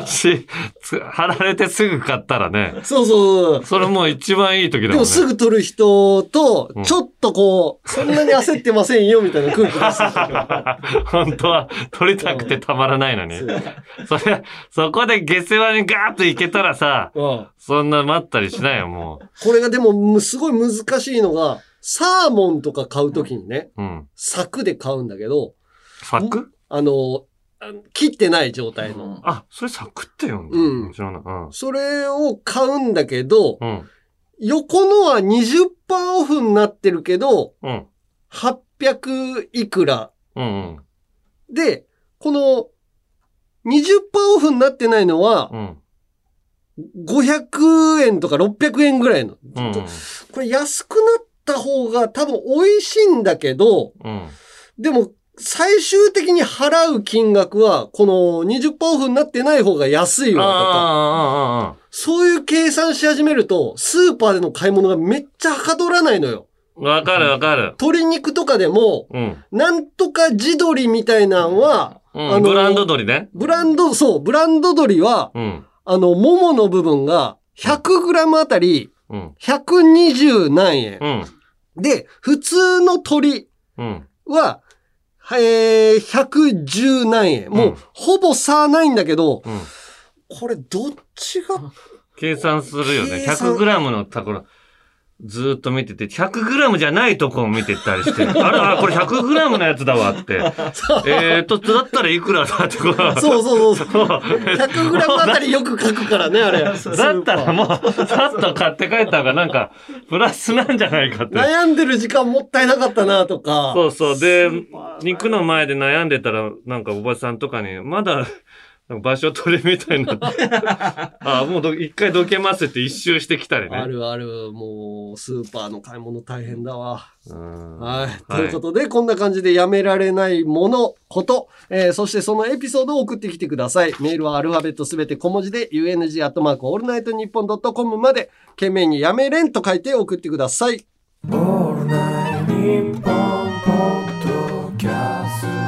し、貼られてすぐ買ったらね。 そうそう。 それもう一番いい時だもんね。 でもすぐ取る人と、ちょっとこう、うん、そんなに焦ってませんよみたいな空気出する。 本当は取りたくてたまらないのに。それ、そこで下世話にガーッといけたらさ、うん、そんな待ったりしないよ、もう。 これがでも、すごい難しいのが、サーモンとか買うときにね、うん、柵で買うんだけど、 柵？ あの、切ってない状態の。 うん、あ、それサクって読んだ。 うん。 知らない。うん。 それを買うんだけど、うん、横のは にじゅっパーセント オフになってるけど、うん、はっぴゃくいくら。うんうん、で、この にじゅっパーセント オフになってないのは、うん、ごひゃくえんとかろっぴゃくえんぐらいの。うん、これ安くなった方が多分美味しいんだけど、うん、でも、最終的に払う金額は、この にじゅっパーセント オフになってない方が安いわとか、そういう計算し始めると、スーパーでの買い物がめっちゃはかどらないのよ。 わかるわかる。 鶏肉とかでも、うん、なんとか地鶏みたいなのは、 うん、あのブランド鶏ね。 ブランド、そう、ブランド鶏は、うん、あの、ももの部分がひゃくグラムあたり、ひゃくにじゅう何円。うん、で、普通の鶏は、えー、ひゃくじゅう何円。もう、うん、ほぼ差ないんだけど、うん、これどっちが計算するよね。ひゃくグラムのところ、ずーっと見てて、ひゃくグラムじゃないとこを見てたりして、あら、あこれひゃくグラムのやつだわって。えーと、だったらいくらだってこう。 そうそうそうそう。ひゃくグラムあたりよく書くからね、あれ。だったらもう、さっと買って帰った方がなんか、プラスなんじゃないかって。 悩んでる時間もったいなかったなとか。 そうそう。で、肉の前で悩んでたら、なんかおばさんとかに、まだ、場所取りみたいになって。ああ、もう一回どけますって一周してきたりね。 あるある。もう、スーパーの買い物大変だわ。はい。ということで、はい、こんな感じでやめられないもの、こと、えー、そしてそのエピソードを送ってきてください。メールはアルファベットすべて小文字で、ユーエヌジー アットマークオールナイトニッポンドットコムまで、懸命にやめれんと書いて送ってください。オールナイトニッポンポッドキャスト。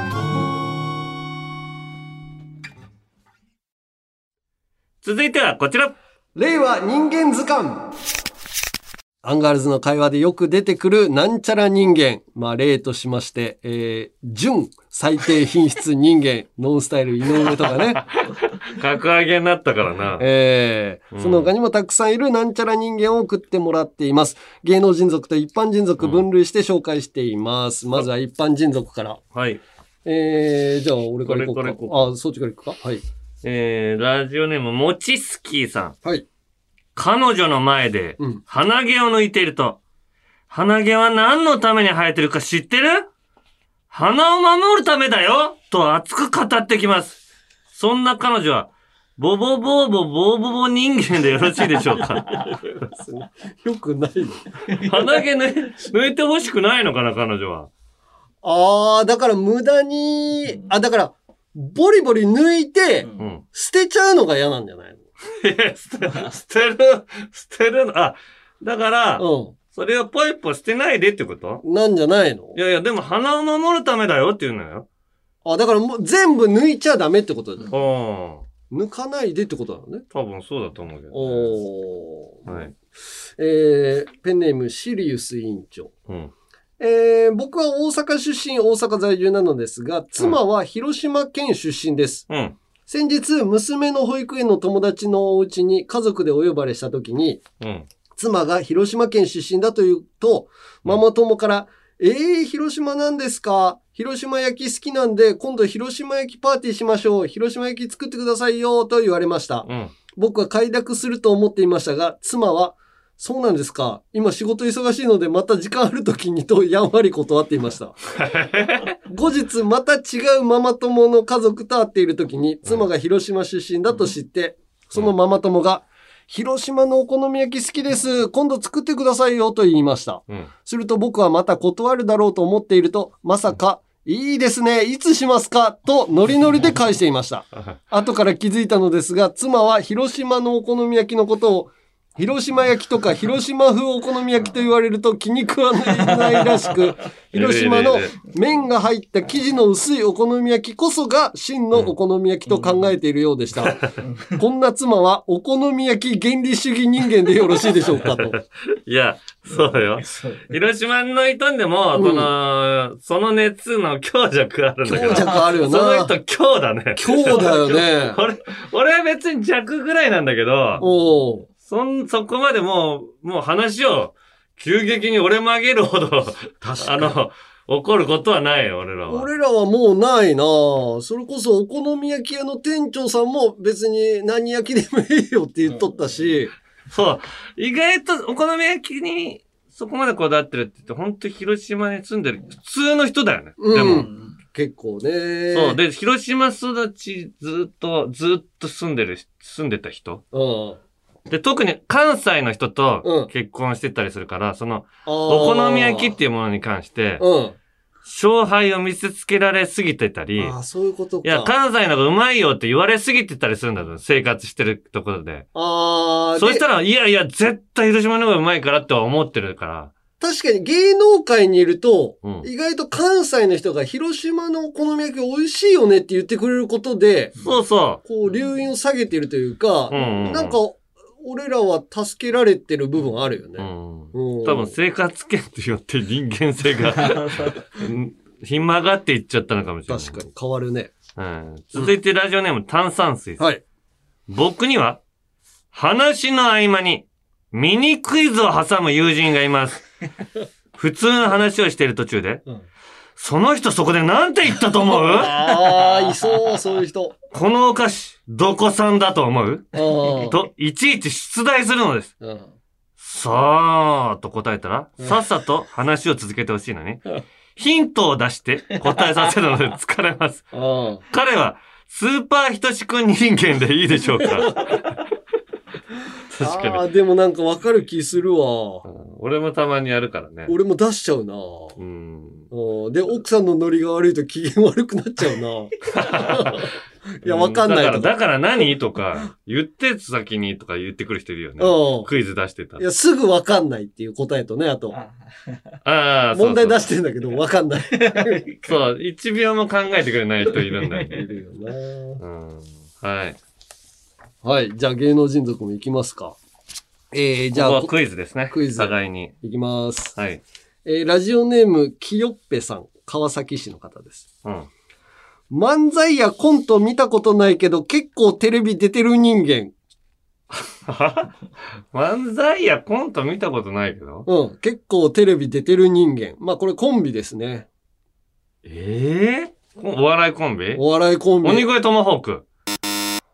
続いてはこちら。 令和人間図鑑。アンガールズの会話でよく出てくるなんちゃら人間。まあ例としまして、えー、純最低品質人間、ノンスタイル井上とかね。 格上げになったからな。 えー、うん、その他にもたくさんいるなんちゃら人間を送ってもらっています。芸能人族と一般人族分類して紹介しています。うん、まずは一般人族から。 はい。 えー、じゃあ俺から行こうか。これこれあ、そっちから行くか。はい。 えー、ラジオネーム、もちすきーさん。 はい。 彼女の前で、鼻毛を抜いていると、鼻毛は何のために生えてるか知ってる？ 鼻を守るためだよと熱く語ってきます。そんな彼女は、ボボボーボボーボボ人間でよろしいでしょうか。 よくないの。 鼻毛抜抜いてほしくないのかな、彼女は。 ああ、だから無駄に、あ、だから、ボリボリ抜いて、うん、捨てちゃうのが嫌なんじゃないの？ いや、捨て、捨てる、捨てるの、あ、だから、うん、それをポイポイ捨てないでってこと？ なんじゃないの？ いやいや、でも鼻を守るためだよって言うのよ。 あ、だからもう全部抜いちゃダメってことだよ。 ああ。 抜かないでってことなのね。 多分そうだと思うけど、ね。 おー。 はい。 えー、ペンネームシリウス委員長。 うん。 えー、僕は大阪出身、大阪在住なのですが、妻は広島県出身です。 うん。 先日、娘の保育園の友達のお家に家族でお呼ばれしたときに、 うん。 妻が広島県出身だというと、ママ友から、えー、広島なんですか？広島焼き好きなんで、今度広島焼きパーティーしましょう。広島焼き作ってくださいよ、と言われました。 うん、 僕は快諾すると思っていましたが、妻は、そうなんですか。今仕事忙しいので、また時間ある時にとやんわり断っていました。後日、また違うママ友の家族と会っている時に、妻が広島出身だと知って、うん、そのママ友が、広島のお好み焼き好きです。今度作ってくださいよと言いました。 うん、 すると僕はまた断るだろうと思っていると、まさか、いいですね。いつしますかとノリノリで返していました。後から気づいたのですが、妻は広島のお好み焼きのことを、広島焼きとか広島風お好み焼きと言われると気に食わないらしく、広島の麺が入った生地の薄いお好み焼きこそが真のお好み焼きと考えているようでした。こんな妻はお好み焼き原理主義人間でよろしいでしょうかと。 いや、そうよ。広島の人んでも、うん、この、その熱の強弱あるんだけど。 強弱あるよな。 その人強だね。 強だよね。 俺、俺は別に弱ぐらいなんだけど、 おうそん、そこまでもう、もう話を急激に折れ曲げるほど、あの、怒ることはないよ、俺らは。 俺らはもうないなぁ。それこそお好み焼き屋の店長さんも別に何焼きでもいいよって言っとったし。 そう。意外とお好み焼きにそこまでこだわってるって言って、本当に広島に住んでる普通の人だよね。 うん、 でも。 結構ね。 そう。で、広島育ちずっと、ずっと住んでる、住んでた人。 うん。 で、特に関西の人と結婚してたりするから、うん、その、お好み焼きっていうものに関して、 うん、 勝敗を見せつけられすぎてたり、 ああ、そういうことか。 いや、関西の方がうまいよって言われすぎてたりするんだと、生活してるところで。 ああ、 そしたら、いやいや、絶対広島の方がうまいからって思ってるから。 確かに芸能界にいると、うん、意外と関西の人が広島のお好み焼き美味しいよねって言ってくれることで、 そうそう。 こう、留飲を下げてるというか、 うんうんうん、 なんか、俺らは助けられてる部分あるよね。 うん、多分生活圏によって人間性がひん曲がっていっちゃったのかもしれない。 確かに変わるね。 うん、続いてラジオネーム炭酸水。 はい。 僕には話の合間にミニクイズを挟む友人がいます。普通の話をしている途中で、うん、その人そこでなんて言ったと思う？ ああ、いそう、そういう人。 このお菓子、どこ産だと思う？と、いちいち出題するのです。 うん、 さあ、と答えたら、さっさと話を続けてほしいのに、ヒントを出して答えさせるので疲れます。彼は、スーパーひとしくん人間でいいでしょうか？確かに。 ああ、でもなんかわかる気するわ、 うん。俺もたまにやるからね。 俺も出しちゃうな。 うん。 で、奥さんのノリが悪いと機嫌悪くなっちゃうな。いや、わかんないだから、だから何とか、言って先にとか言ってくる人いるよね。クイズ出してたら。 いや、すぐわかんないっていう答えとね、あと。 ああ、 問題出してんだけど、わかんない。 そう、一秒も考えてくれない人いるんだよね。 いるよな。 うん。はい。 はい。じゃあ芸能人族も行きますか。えー、じゃあ。 ここはクイズですね。 クイズ。 互いに。 行きます。 はい。 えー、ラジオネーム、きよっぺさん。川崎市の方です。 うん。 漫才やコント見たことないけど、結構テレビ出てる人間。 漫才やコント見たことないけどうん。結構テレビ出てる人間。まあこれコンビですね。 ええー、お笑いコンビお笑いコンビ。 鬼越トマホーク。 あ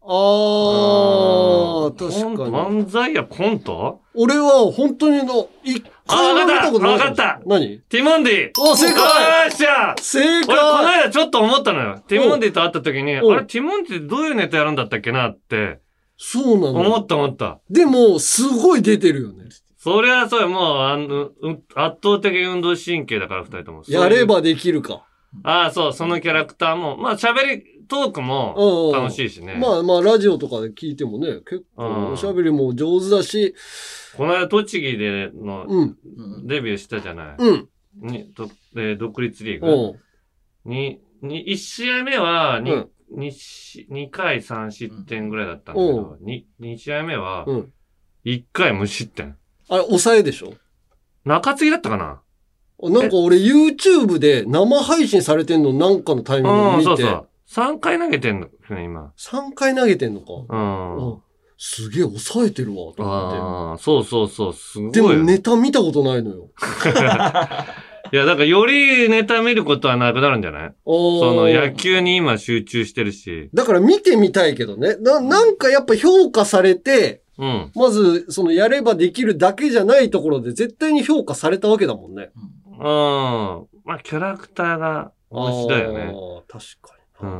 あー、確かに。 漫才やコント？ 俺は本当にの、一回も見たことない。 わかった。 何？ ティモンディ。 お、正解！ よっしゃ正解！ 俺、この間ちょっと思ったのよ。ティモンディと会った時に、あれ、ティモンディってどういうネタやるんだったっけなって。 そうなの。 思った思った。 でも、すごい出てるよね。 そりゃそうよ、もう、あの、圧倒的運動神経だから、二人とも。 やればできるか。 ああ、そう、そのキャラクターも、まあ、喋り、トークも楽しいしね。 まあまあ、ラジオとかで聞いてもね、結構、おしゃべりも上手だし。 この間、栃木での、デビューしたじゃない。 うん。 に、と、えー、独立リーグ。に、に、いち試合目は、に、に、にかいさん失点ぐらいだったんだけど、に、に試合目は、いっかい無失点。 あれ、抑えでしょ？ 中継ぎだったかな？ なんか俺 YouTube で生配信されてんのなんかのタイミングで見て。そうそう。 さんかい投げてんのね、今。 さんかい投げてんのか。 うん。 すげえ抑えてるわ、と思って。 ああ、そうそうそう、すごい。 でもネタ見たことないのよ。 いや、だからよりネタ見ることはなくなるんじゃない？その野球に今集中してるし。 だから見てみたいけどね。な、なんかやっぱ評価されて、うん、まず、そのやればできるだけじゃないところで絶対に評価されたわけだもんね。 うん。まあ、キャラクターが面白いよね。 ああ、確かに。うん。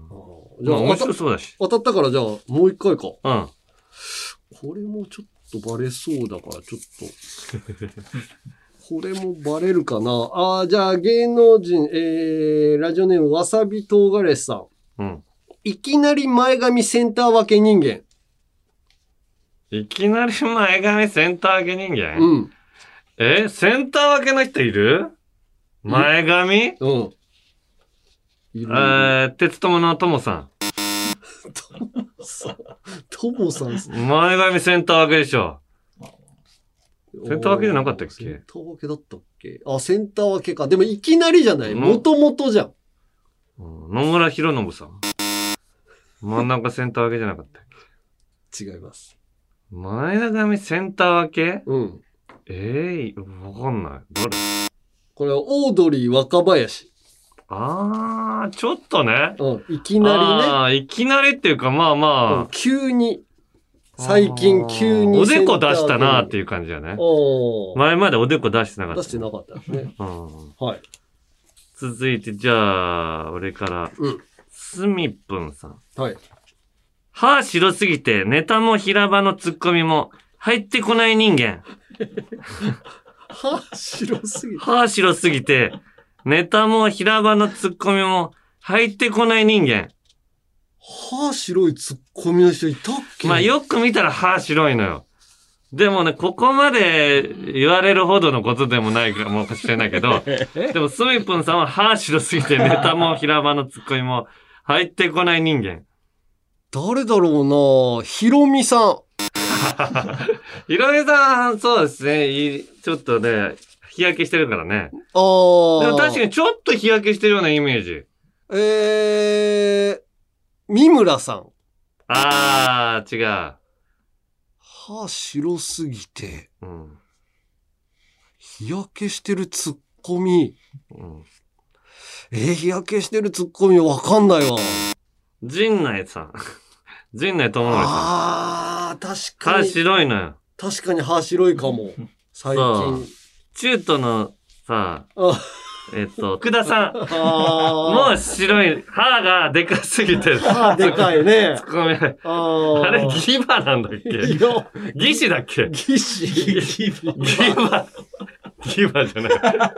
じゃあ、面白そうだし。 当たったからじゃあ、もう一回か。 うん。 これもちょっとバレそうだから、ちょっと。これもバレるかな。ああ、じゃあ芸能人、えー、ラジオネームわさび唐辛子さん。うん。いきなり前髪センター分け人間。 いきなり前髪センター分け人間？うん。え、センター分けの人いる？前髪？うん。えー、鉄友のともさん。 ともさん。ともさんですね。 前髪センター分けでしょ。センター分けじゃなかったっけ？センター分けだったっけ？あ、センター分けか。でもいきなりじゃない。もともとじゃん。 野村弘信さん。真ん中センター分けじゃなかったっけ？違います。 前髪センター分け？ うん。 ええー、わかんない。誰？ これはオードリー若林。 あー、ちょっとね。 うん。いきなりね。 あー、いきなりっていうか、まあまあ。うん、 急に。最近急に。 おでこ出したなーっていう感じだね。前までおでこ出してなかった。 出してなかったですね。うん。はい。 続いて、じゃあ、俺から。うん。すみっぷんさん。 はい。 歯白すぎて、ネタも平場のツッコミも入ってこない人間。 歯白すぎて。 歯白すぎて、ネタも平場のツッコミも入ってこない人間。 歯白いツッコミの人いたっけ？ まあよく見たら歯白いのよ。でもね、ここまで言われるほどのことでもないかもしれないけど、でもスミップンさんは歯白すぎてネタも平場のツッコミも入ってこない人間。 誰だろうな？ひろみさん。 ひろみさん、そうですね。ちょっとね、日焼けしてるからね。ああ。でも確かにちょっと日焼けしてるようなイメージ。 えー、三村さん。 あー、違う。 歯白すぎて、うん、日焼けしてるツッコミ。うん、えー、日焼けしてるツッコミわかんないわ。 陣内さん。陣内智則さん。 ああ、確かに。歯白いのよ。 確かに歯白いかも。最近。 中途のさ、えっと、福田さん。もう白い。歯がでかすぎて。 歯でかいね。 ツッコミ。あれ、ギバなんだっけ？ギシだっけ？ ギシ。 ギバ。ギバじゃない。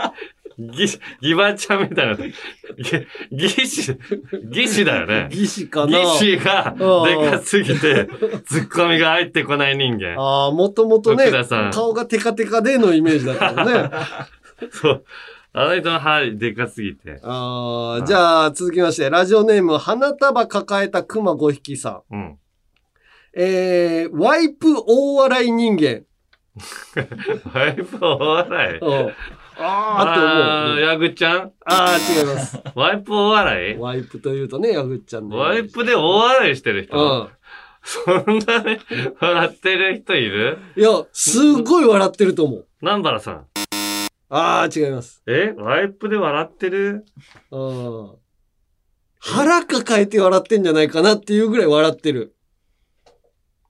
ギ、ギバちゃんみたいな。ギ、ギシ、ギシだよね。 ギシかな。 ギシがでかすぎて、ツッコミが入ってこない人間。 ああ、もともとね、顔がテカテカでのイメージだったもんね。 そう。あの人の歯でかすぎて。 ああ、じゃあ続きまして、ラジオネーム、花束抱えた熊ごひきさん。うん。えー、ワイプ大笑い人間。 ワイプ大笑い？ うん。ああ、 あともう。ヤグちゃん？ ああ、違います。 ワイプ大笑い？ ワイプというとね、ヤグちゃんで。 ワイプで大笑いしてる人？うん。そんなね、笑ってる人いる？ いや、すごい笑ってると思う。 南原さん。 ああ、違います。 え？ワイプで笑ってる？ うん。腹抱えて笑ってんじゃないかなっていうぐらい笑ってる。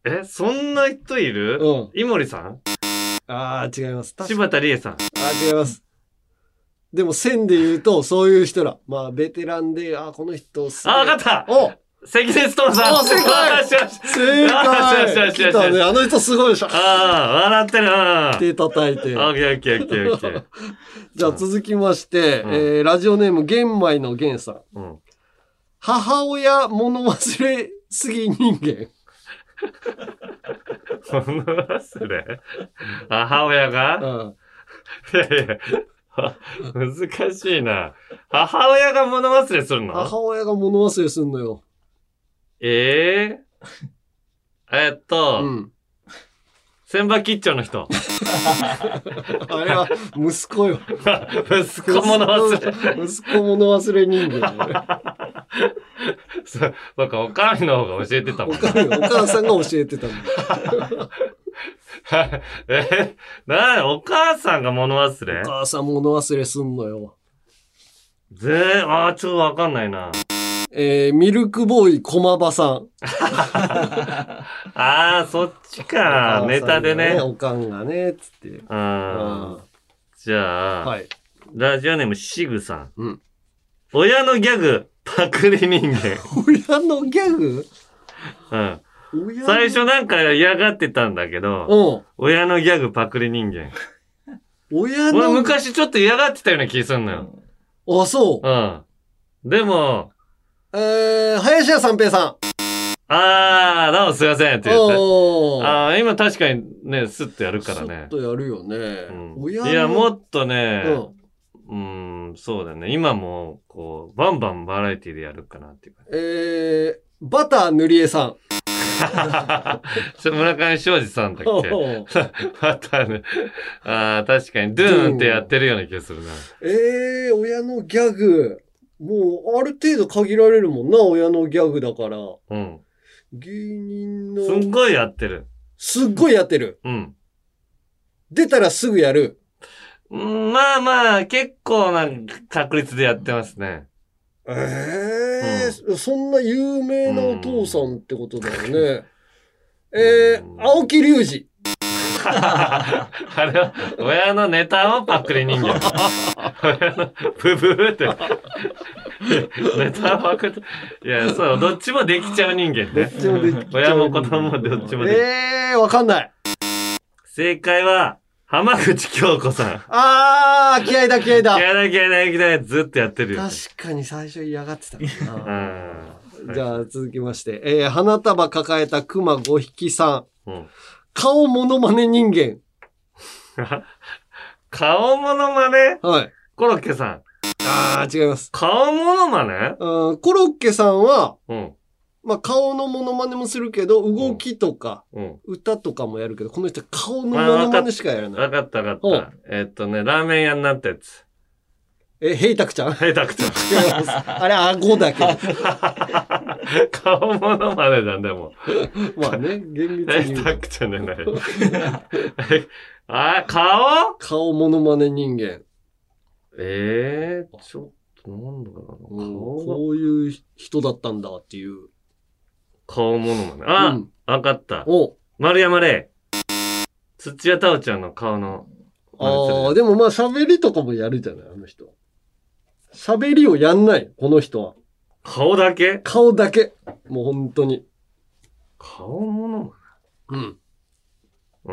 え、そんな人いる？うん。井森さん？ ああ、違います。 柴田理恵さん。ああ、違います。でも線で言うと、そういう人ら。まあ、ベテランで、ああ、この人、 あ、わかった。 お関根勤さん。 あ、正解よしよし。 正解よしよし。来たね。あの人すごいでしょ。 ああ、笑ってるな。 手叩いて。 オッケーオッケーオッケーオッケー。 じゃあ続きまして、うん、えー、ラジオネーム、玄米の玄さん。うん、母親物忘れすぎ人間。 物忘れ母親が、うん、いやいや。難しいな。母親が物忘れするの？ 母親が物忘れするのよ。 ええー、えっと、うん、千葉吉兆の人。 あれは息子よ。 息子物忘れ。 息子物忘れ人間、ね。 そ、そうか、お母さんの方が教えてたもん、ね。 お母さんが教えてたもん。 え、なお母さんが物忘れ？ お母さん物忘れすんのよ。 ぜー、あー、ちょっとわかんないな。 えー、ミルクボーイ駒場さん。 あー、そっちか。ネタでね。 おかんがね、つって。 うん。じゃあ、はい、ラジオネームシグさん。うん。親のギャグ、パクリ人間。 親のギャグ？ うん。最初なんか嫌がってたんだけど、親のギャグパクリ人間。 親の俺昔ちょっと嫌がってたような気するのよ。 あ、そう。 うん。でも、 えー、林家三平さん。 あー、どうもすいませんって言って。あー、今確かにね、スッとやるからね。 スッとやるよね。うん、親のいや、もっとね、うん、うん、そうだね。今も、こう、バンバンバラエティでやるかなっていうか。 えー、バター塗り絵さん。 ちょ村上庄司さんだっけバターね。ああ、確かに、ドゥーンってやってるような気がするな。 ええー、親のギャグ。もう、ある程度限られるもんな、親のギャグだから。うん。芸人の。 すっごいやってる。 すっごいやってる。うん。出たらすぐやる。 うん、まあまあ、結構な確率でやってますね。 ええーうん、そんな有名なお父さんってことだよね。えー、青木隆二。 あれは、親のネタをパクリ人間。親の、ブブーって。ネタをパクリ、いや、そう、どっちもできちゃう人間ね。 どっちもできちゃう。 親も子供もどっちもできちゃう。 ええー、わかんない。 正解は、浜口京子さん。 あー、気合だ気合だ。 気合だ気合だ気合だ。ずっとやってるよ。 確かに最初嫌がってたな。うん。じゃあ続きまして。えー、花束抱えた熊ごひきさん。うん、顔モノマネ人間。 顔モノマネ？はい。コロッケさん。 あー、違います。 顔モノマネ？ うん、コロッケさんは、うん。まあ、顔のモノマネもするけど、動きとか、うん、歌とかもやるけど、この人は顔のモノマネしかやらない。 わかったわかった。えー、っとね、ラーメン屋になったやつ。 え、ヘイタクちゃんヘイタクちゃん。 違います。あれ、顎だけど。 顔モノマネじゃん、でも。 まあね、厳密に。ヘイタクちゃんじゃない。あ、顔顔モノマネ人間。 ええー、ちょっと、なんだろうな。 こういう人だったんだっていう。 顔モノマネ。あ、うん、わかった。お丸山礼。土屋太鳳ちゃんの顔の。 ああ、でもまあ喋りとかもやるじゃない、あの人。喋りをやんない、この人は。 顔だけ？ 顔だけ。もう本当に。 顔モノマネ？うん。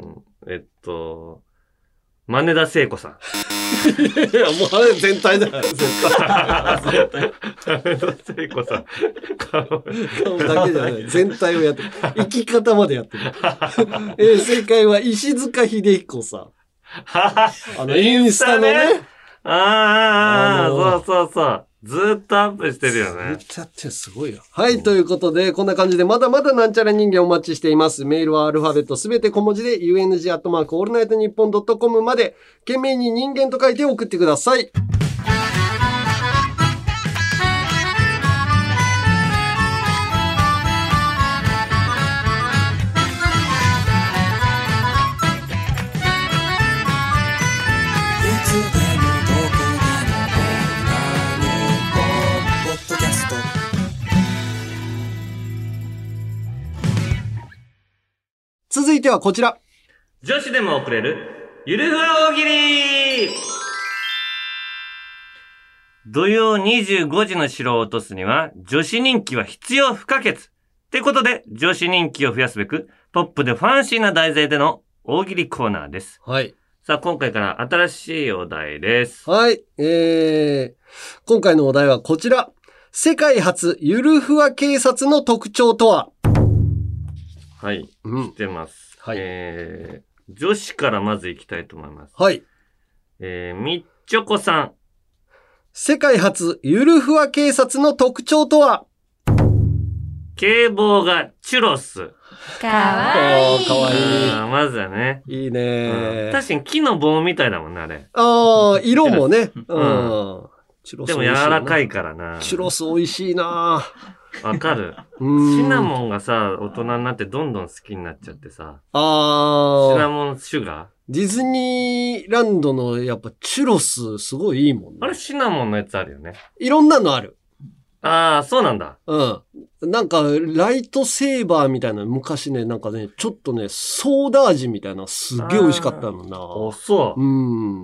うーん。えっと、真根田聖子さん。 いや、もうあれ全体だよ、絶対。 真根田聖子さん。顔。 顔だけじゃない。全体をやってる。生き方までやってる。えー、正解は石塚秀彦さん。あの、インスタのね。 ああ、あのー、そうそうそう。ずーっとアップしてるよね。 ずっとやってる、すごいよ。はい、うん、ということで、こんな感じでまだまだなんちゃら人間お待ちしています。メールはアルファベットすべて小文字で ユーエヌジー アットマークオールナイトニッポンドットコムまで、懸命に人間と書いて送ってください。 いてはこちら。 女子でも送れる、ゆるふわ大喜利。土曜にじゅうごじの城を落とすには、女子人気は必要不可欠。ってことで、女子人気を増やすべく、ポップでファンシーな題材での大喜利コーナーです。 はい。 さあ、今回から新しいお題です。 はい。えー、今回のお題はこちら。世界初ゆるふわ警察の特徴とは？ はい。 うん、 来てます。 はい。 えー、女子からまず行きたいと思います。 はい。 えー、みっちょこさん。 世界初ゆるふわ警察の特徴とは？ 警棒がチュロス。 かわいい。 かわいい。 あまずはね。 いいね、 うん。確かに木の棒みたいだもんね、あれ。 ああ、色もね。 うん。 チュロスでも柔らかいからな。 チュロス美味しいな。 わかる。シナモンがさ、大人になってどんどん好きになっちゃってさ。 ああ。 シナモンシュガーディズニーランドのやっぱチュロスすごいいいもんね。 あれシナモンのやつあるよね。 いろんなのある。 ああ、そうなんだ。 うん。なんか、ライトセーバーみたいな、昔ね、なんかね、ちょっとね、ソーダ味みたいな、すっげえ美味しかったのな。 あ、そう。 うん。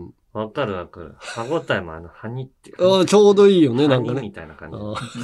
わかるわかる。歯応えもあの、ハニっていう。 あちょうどいいよね、なんかね。 みたいな感じ。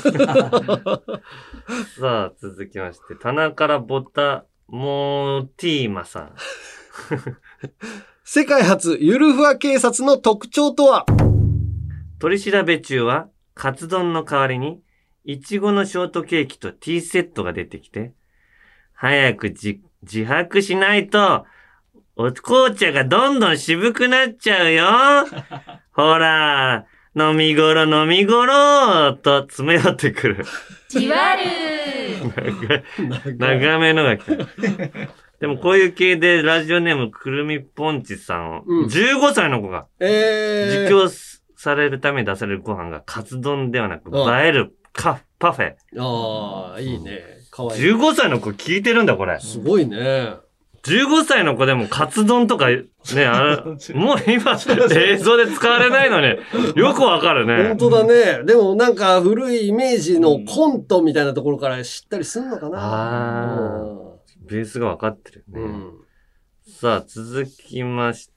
さあ、続きまして、棚からボタモーティーマさん。 世界初、ゆるふわ警察の特徴とは？ 取り調べ中は、カツ丼の代わりに、いちごのショートケーキとティーセットが出てきて、早くじ自白しないと、お紅茶がどんどん渋くなっちゃうよ。ほら、飲み頃飲み頃と詰め寄ってくる。 じわるー。長めのが来た。でもこういう系でラジオネームくるみぽんちさんを、うん、じゅうごさいの子が、 えー、 実況されるために出されるご飯がカツ丼ではなく、映えるカパフェ。 ああ、いいね。かわいい。 じゅうごさいの子聞いてるんだ、これ。 すごいね。 じゅうごさいの子でもカツ丼とか、ね、あれ、もう今、映像で使われないのに、よくわかるね。 本当だね。でもなんか古いイメージのコントみたいなところから知ったりすんのかな。 ああ。ベースがわかってるね。うん、さあ、続きまして、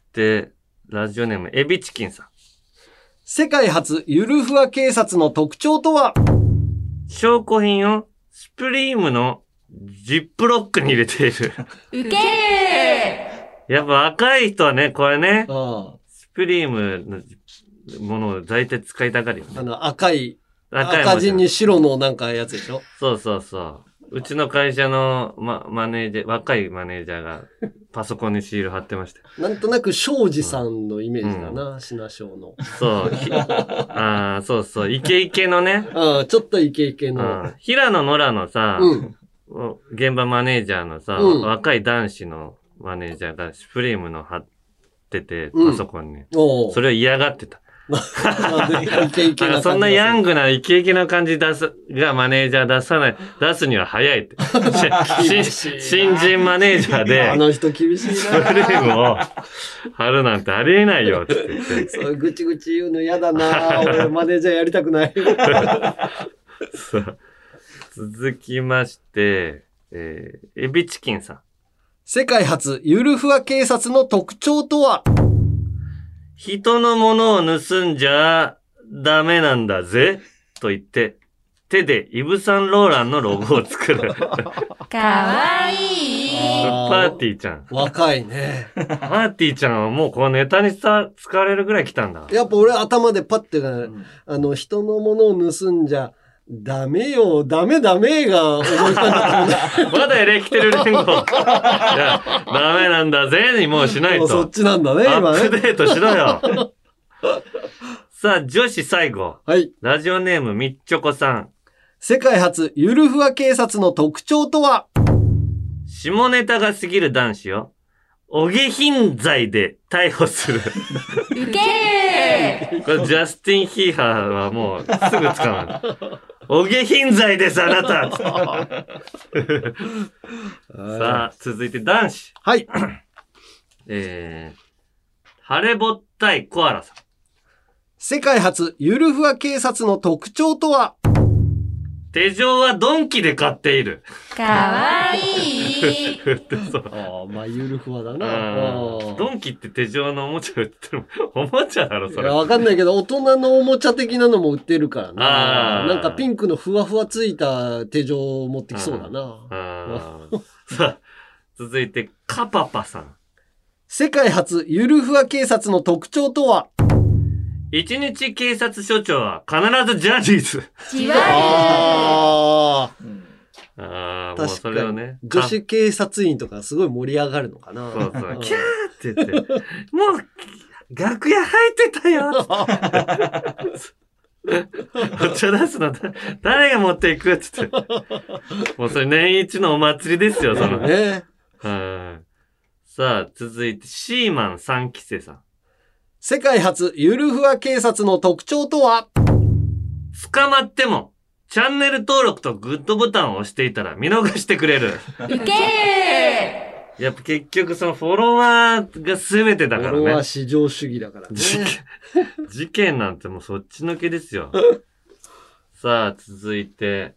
ラジオネーム、エビチキンさん。 世界初ゆるふわ警察の特徴とは？ 証拠品をスプリームのジップロックに入れている。 ウケーやっぱ若い人はね、これね、 ああスプリームのものを大体使いたがるよね。 あの赤い、 赤い赤字に白のなんかやつでしょ？ そうそうそう。うちの会社の、ま、マネージャー、若いマネージャーがパソコンにシール貼ってました。 なんとなく庄司さんのイメージだな、シナショウの。 そう。ああ、そうそう。イケイケのね。 ああ、ちょっとイケイケの。 平野ノラのさ、 うん、 現場マネージャーのさ、うん、若い男子のマネージャーがスプリームの貼ってて、パソコンに。うん、それを嫌がってた。 イケイケなそんなヤングなイケイケな感じ出す、がマネージャー出さない、出すには早いって。新人マネージャーで、 あの人厳しいな。 スプリームを貼るなんてありえないよって言って。 そうぐちぐち言うの嫌だな。俺マネージャーやりたくない。 続きまして、えー、エビチキンさん。 世界初ゆるふわ警察の特徴とは？ 人のものを盗んじゃダメなんだぜ、と言って、手でイヴ・サンローランのロゴを作る。 かわいい。 パーティーちゃん。 若いね。 パーティーちゃんはもうこのネタにさ、使われるぐらい来たんだ。 やっぱ俺頭でパッて、うん、あの、人のものを盗んじゃ、ダメよ、ダメダメが思い浮かんだったもんね。まだエレキテル連合。いや、ダメなんだぜにもうしないと。 そっちなんだね、今ね。 アップデートしろよ。さあ、女子最後。 はい。 ラジオネームみっちょこさん。 世界初ゆるふわ警察の特徴とは？ 下ネタが過ぎる男子を、お下品罪で逮捕する。 ウケーこれジャスティン・ヒーハーはもうすぐ使う。お下品罪です、あなたさあ、続いて男子。 はい。 えー、晴れぼったいコアラさん。 世界初ゆるふわ警察の特徴とは？ 手錠はドンキで買っている。 かわいい。 売ってそう。 ああ、まあ、ゆるふわだな。 ドンキって手錠のおもちゃ売ってる。おもちゃだろ、それ。 いや、わかんないけど、大人のおもちゃ的なのも売ってるからな。なんかピンクのふわふわついた手錠を持ってきそうだな。 さあ、続いて、カパパさん。 世界初ゆるふわ警察の特徴とは？ 一日警察署長は必ずジャニーズ。 じわああ。ああ、もうそれをね。 女子警察員とかすごい盛り上がるのかな。 そうそう。キャーって言って、もう、楽屋入ってたよお茶出すの誰が持っていくって言って。もうそれ年一のお祭りですよ、その。 ね。 はい。さあ、続いて、シーマンさん期生さん。 世界初ゆるふわ警察の特徴とは？ 捕まっても、チャンネル登録とグッドボタンを押していたら見逃してくれる。 いけーやっぱ結局そのフォロワーが全てだからね。 フォロワー至上主義だからね。 事件、事件なんてもうそっちのけですよ。さあ、続いて、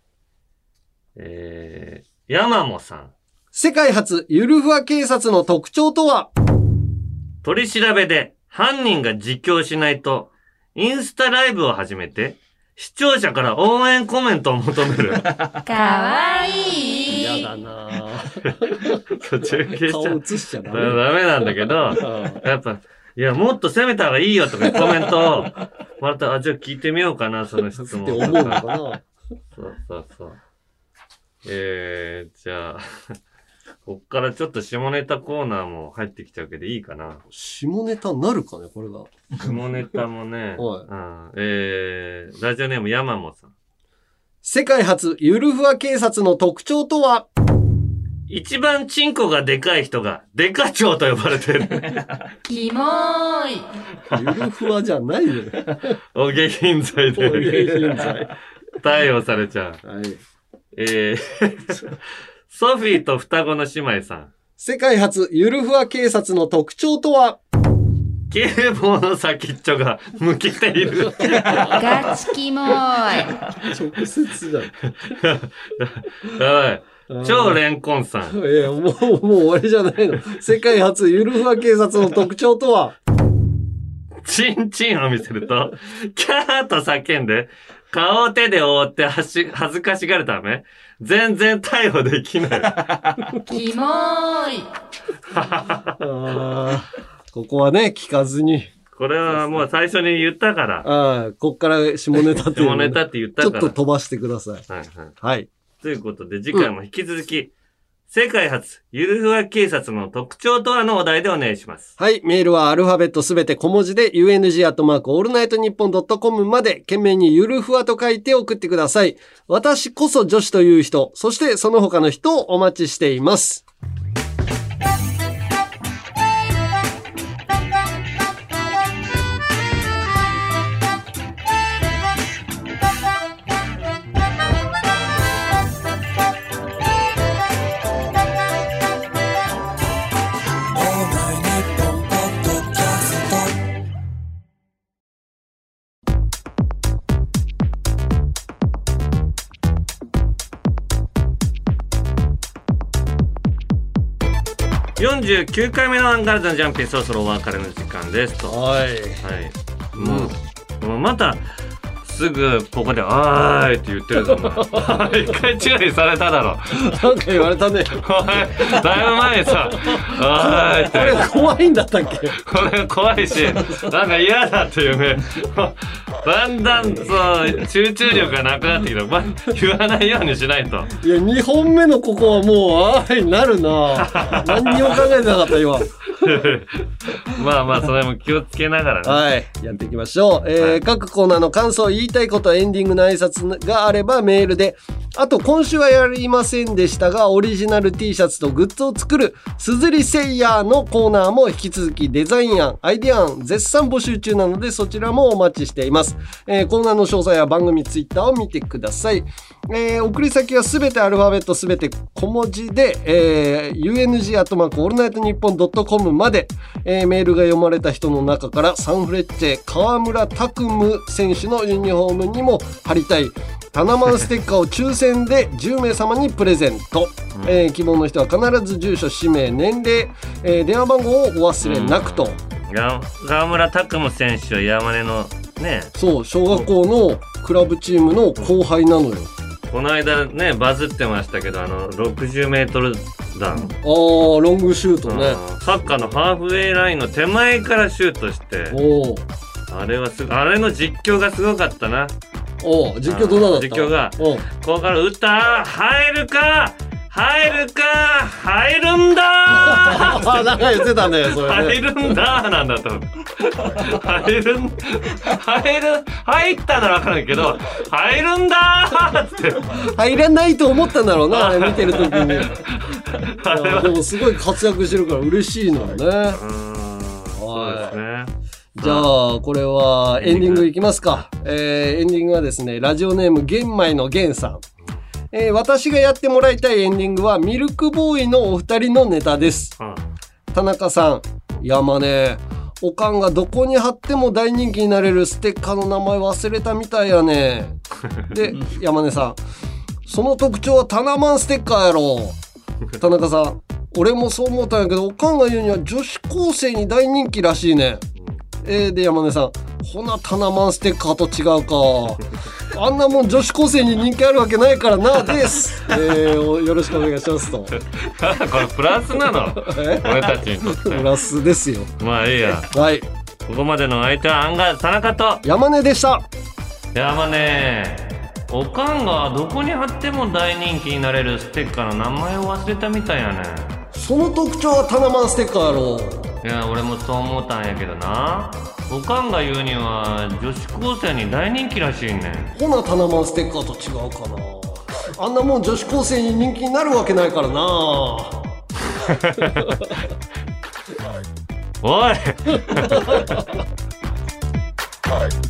えー、山もさん。 世界初ゆるふわ警察の特徴とは？ 取り調べで犯人が自供しないと、インスタライブを始めて、視聴者から応援コメントを求める。 かわいい。 嫌だなぁ。中継しちゃ顔映しちゃダメ。 ダメなんだけど、やっぱ、いや、もっと攻めた方がいいよとかコメントを、また、あ、じゃあ聞いてみようかな、その質問。 って思うのかな。 そうそうそう。えー、じゃあ、こっからちょっと下ネタコーナーも入ってきちゃうけどいいかな。 下ネタなるかね、これが。 下ネタもね。 はいうん、えー、ラジオネーム山本さん。 世界初ゆるふわ警察の特徴とは？ 一番チンコがでかい人がデカ長と呼ばれてる。 キモーい。 ゆるふわじゃないよ。 お下品罪で。 お下品罪。 逮捕されちゃう。 はい。 えー、ソフィーと双子の姉妹さん。 世界初ゆるふわ警察の特徴とは？ 警棒の先っちょが向けている。 ガチキモーい。 直接だ。 やばい。超レンコンさん。 いや、もう、もう終わりじゃないの。世界初ゆるふわ警察の特徴とは？ チンチンを見せると、キャーと叫んで、顔を手で覆ってはし恥ずかしがるため、全然逮捕できない。 キモーい。 あここはね、聞かずに。 これはもう最初に言ったから。 ああ、こっから下ネタっていう。 下ネタって言ったから。 ちょっと飛ばしてください。 はいはい。 はい。 ということで、次回も引き続き、うん、世界初ゆるふわ警察の特徴とはのお題でお願いします。 はい。メールはアルファベットすべて小文字で ユーエヌジー アットマークオールナイトニッポンドットコムまで懸命にゆるふわと書いて送ってください。私こそ女子という人、そしてその他の人をお待ちしています。 よんじゅうきゅうかいめのアンガールズのジャンピン、そろそろお別れの時間ですと。 はい。 はい。もう、もうまた、すぐここで、あーいって言ってるぞ、お前。一回注意されただろ。 なんか言われたね。 お前、だいぶ前にさ、あーいって。 これ怖いんだったっけ？ これ怖いし、なんか嫌だっていうね。だんだんそう、集中力がなくなってきた。ま、言わないようにしないと。 いや、にほんめのここはもう、あーいになるな。何にも考えてなかった、今。 まあまあ、それも気をつけながらね。 はい。やっていきましょう。えーはい、各コーナーの感想、言いたいこと、エンディングの挨拶があればメールで。あと、今週はやりませんでしたが、オリジナル T シャツとグッズを作る、すずりセイヤーのコーナーも引き続きデザイン案、アイディア案、絶賛募集中なので、そちらもお待ちしています。えー、コーナーの詳細は番組ツイッターを見てください。えー、送り先はすべてアルファベットすべて小文字で、えー、ユーエヌジー アットマークオールナイトニッポンドットコムまで、えー、メールが読まれた人の中からサンフレッチェ川村拓夢選手のユニフォームにも貼りたいタナマンステッカーを抽選でじゅうめいさまにプレゼント、うん、えー、希望の人は必ず住所氏名年齢、えー、電話番号をお忘れなくと、 うん、川村拓夢選手は山根のね、 そう小学校のクラブチームの後輩なのよ。 この間ねバズってましたけど、あのろくじゅうメートル弾、あーロングシュートね、 サッカーのハーフウェイラインの手前からシュートして、おあれはすあれの実況がすごかったな。 お実況どうだった？ 実況がここから打った入るか入るか入るんだーなんか言ってたねそれね。 入るんだーなんだと思う。入るん入る入ったなら分からんけど入るんだーって入らないと思ったんだろうな、あれ見てる時に。でもすごい活躍してるから嬉しいのよね。うん、 そうですね。 じゃあこれはエンディングいきますか。えー、エンディングはですね、ラジオネーム玄米の玄さん、えー、私がやってもらいたいエンディングはミルクボーイのお二人のネタです、うん、田中さん、山根、おかんがどこに貼っても大人気になれるステッカーの名前忘れたみたいやね。で山根さん、その特徴はタナマンステッカーやろ。田中さん、俺もそう思ったんやけど、おかんが言うには女子高生に大人気らしいね。えー、で山根さん、ほなタナマンステッカーと違うか。あんなもん女子高生に人気あるわけないからなです、えー、よろしくお願いしますと。これプラスなの俺たちにとってプラスですよ。 まあいいや。 はい、 ここまでの相手はアンガー田中と山根でした。 山根、おかんがどこに貼っても大人気になれるステッカーの名前を忘れたみたいやね。 その特徴はタナマンステッカーやろ。 いや俺もそう思ったんやけどな、おかんが言うには女子高生に大人気らしいね。 ほなタナマンステッカーと違うかな。あんなもん女子高生に人気になるわけないからな。 おいはい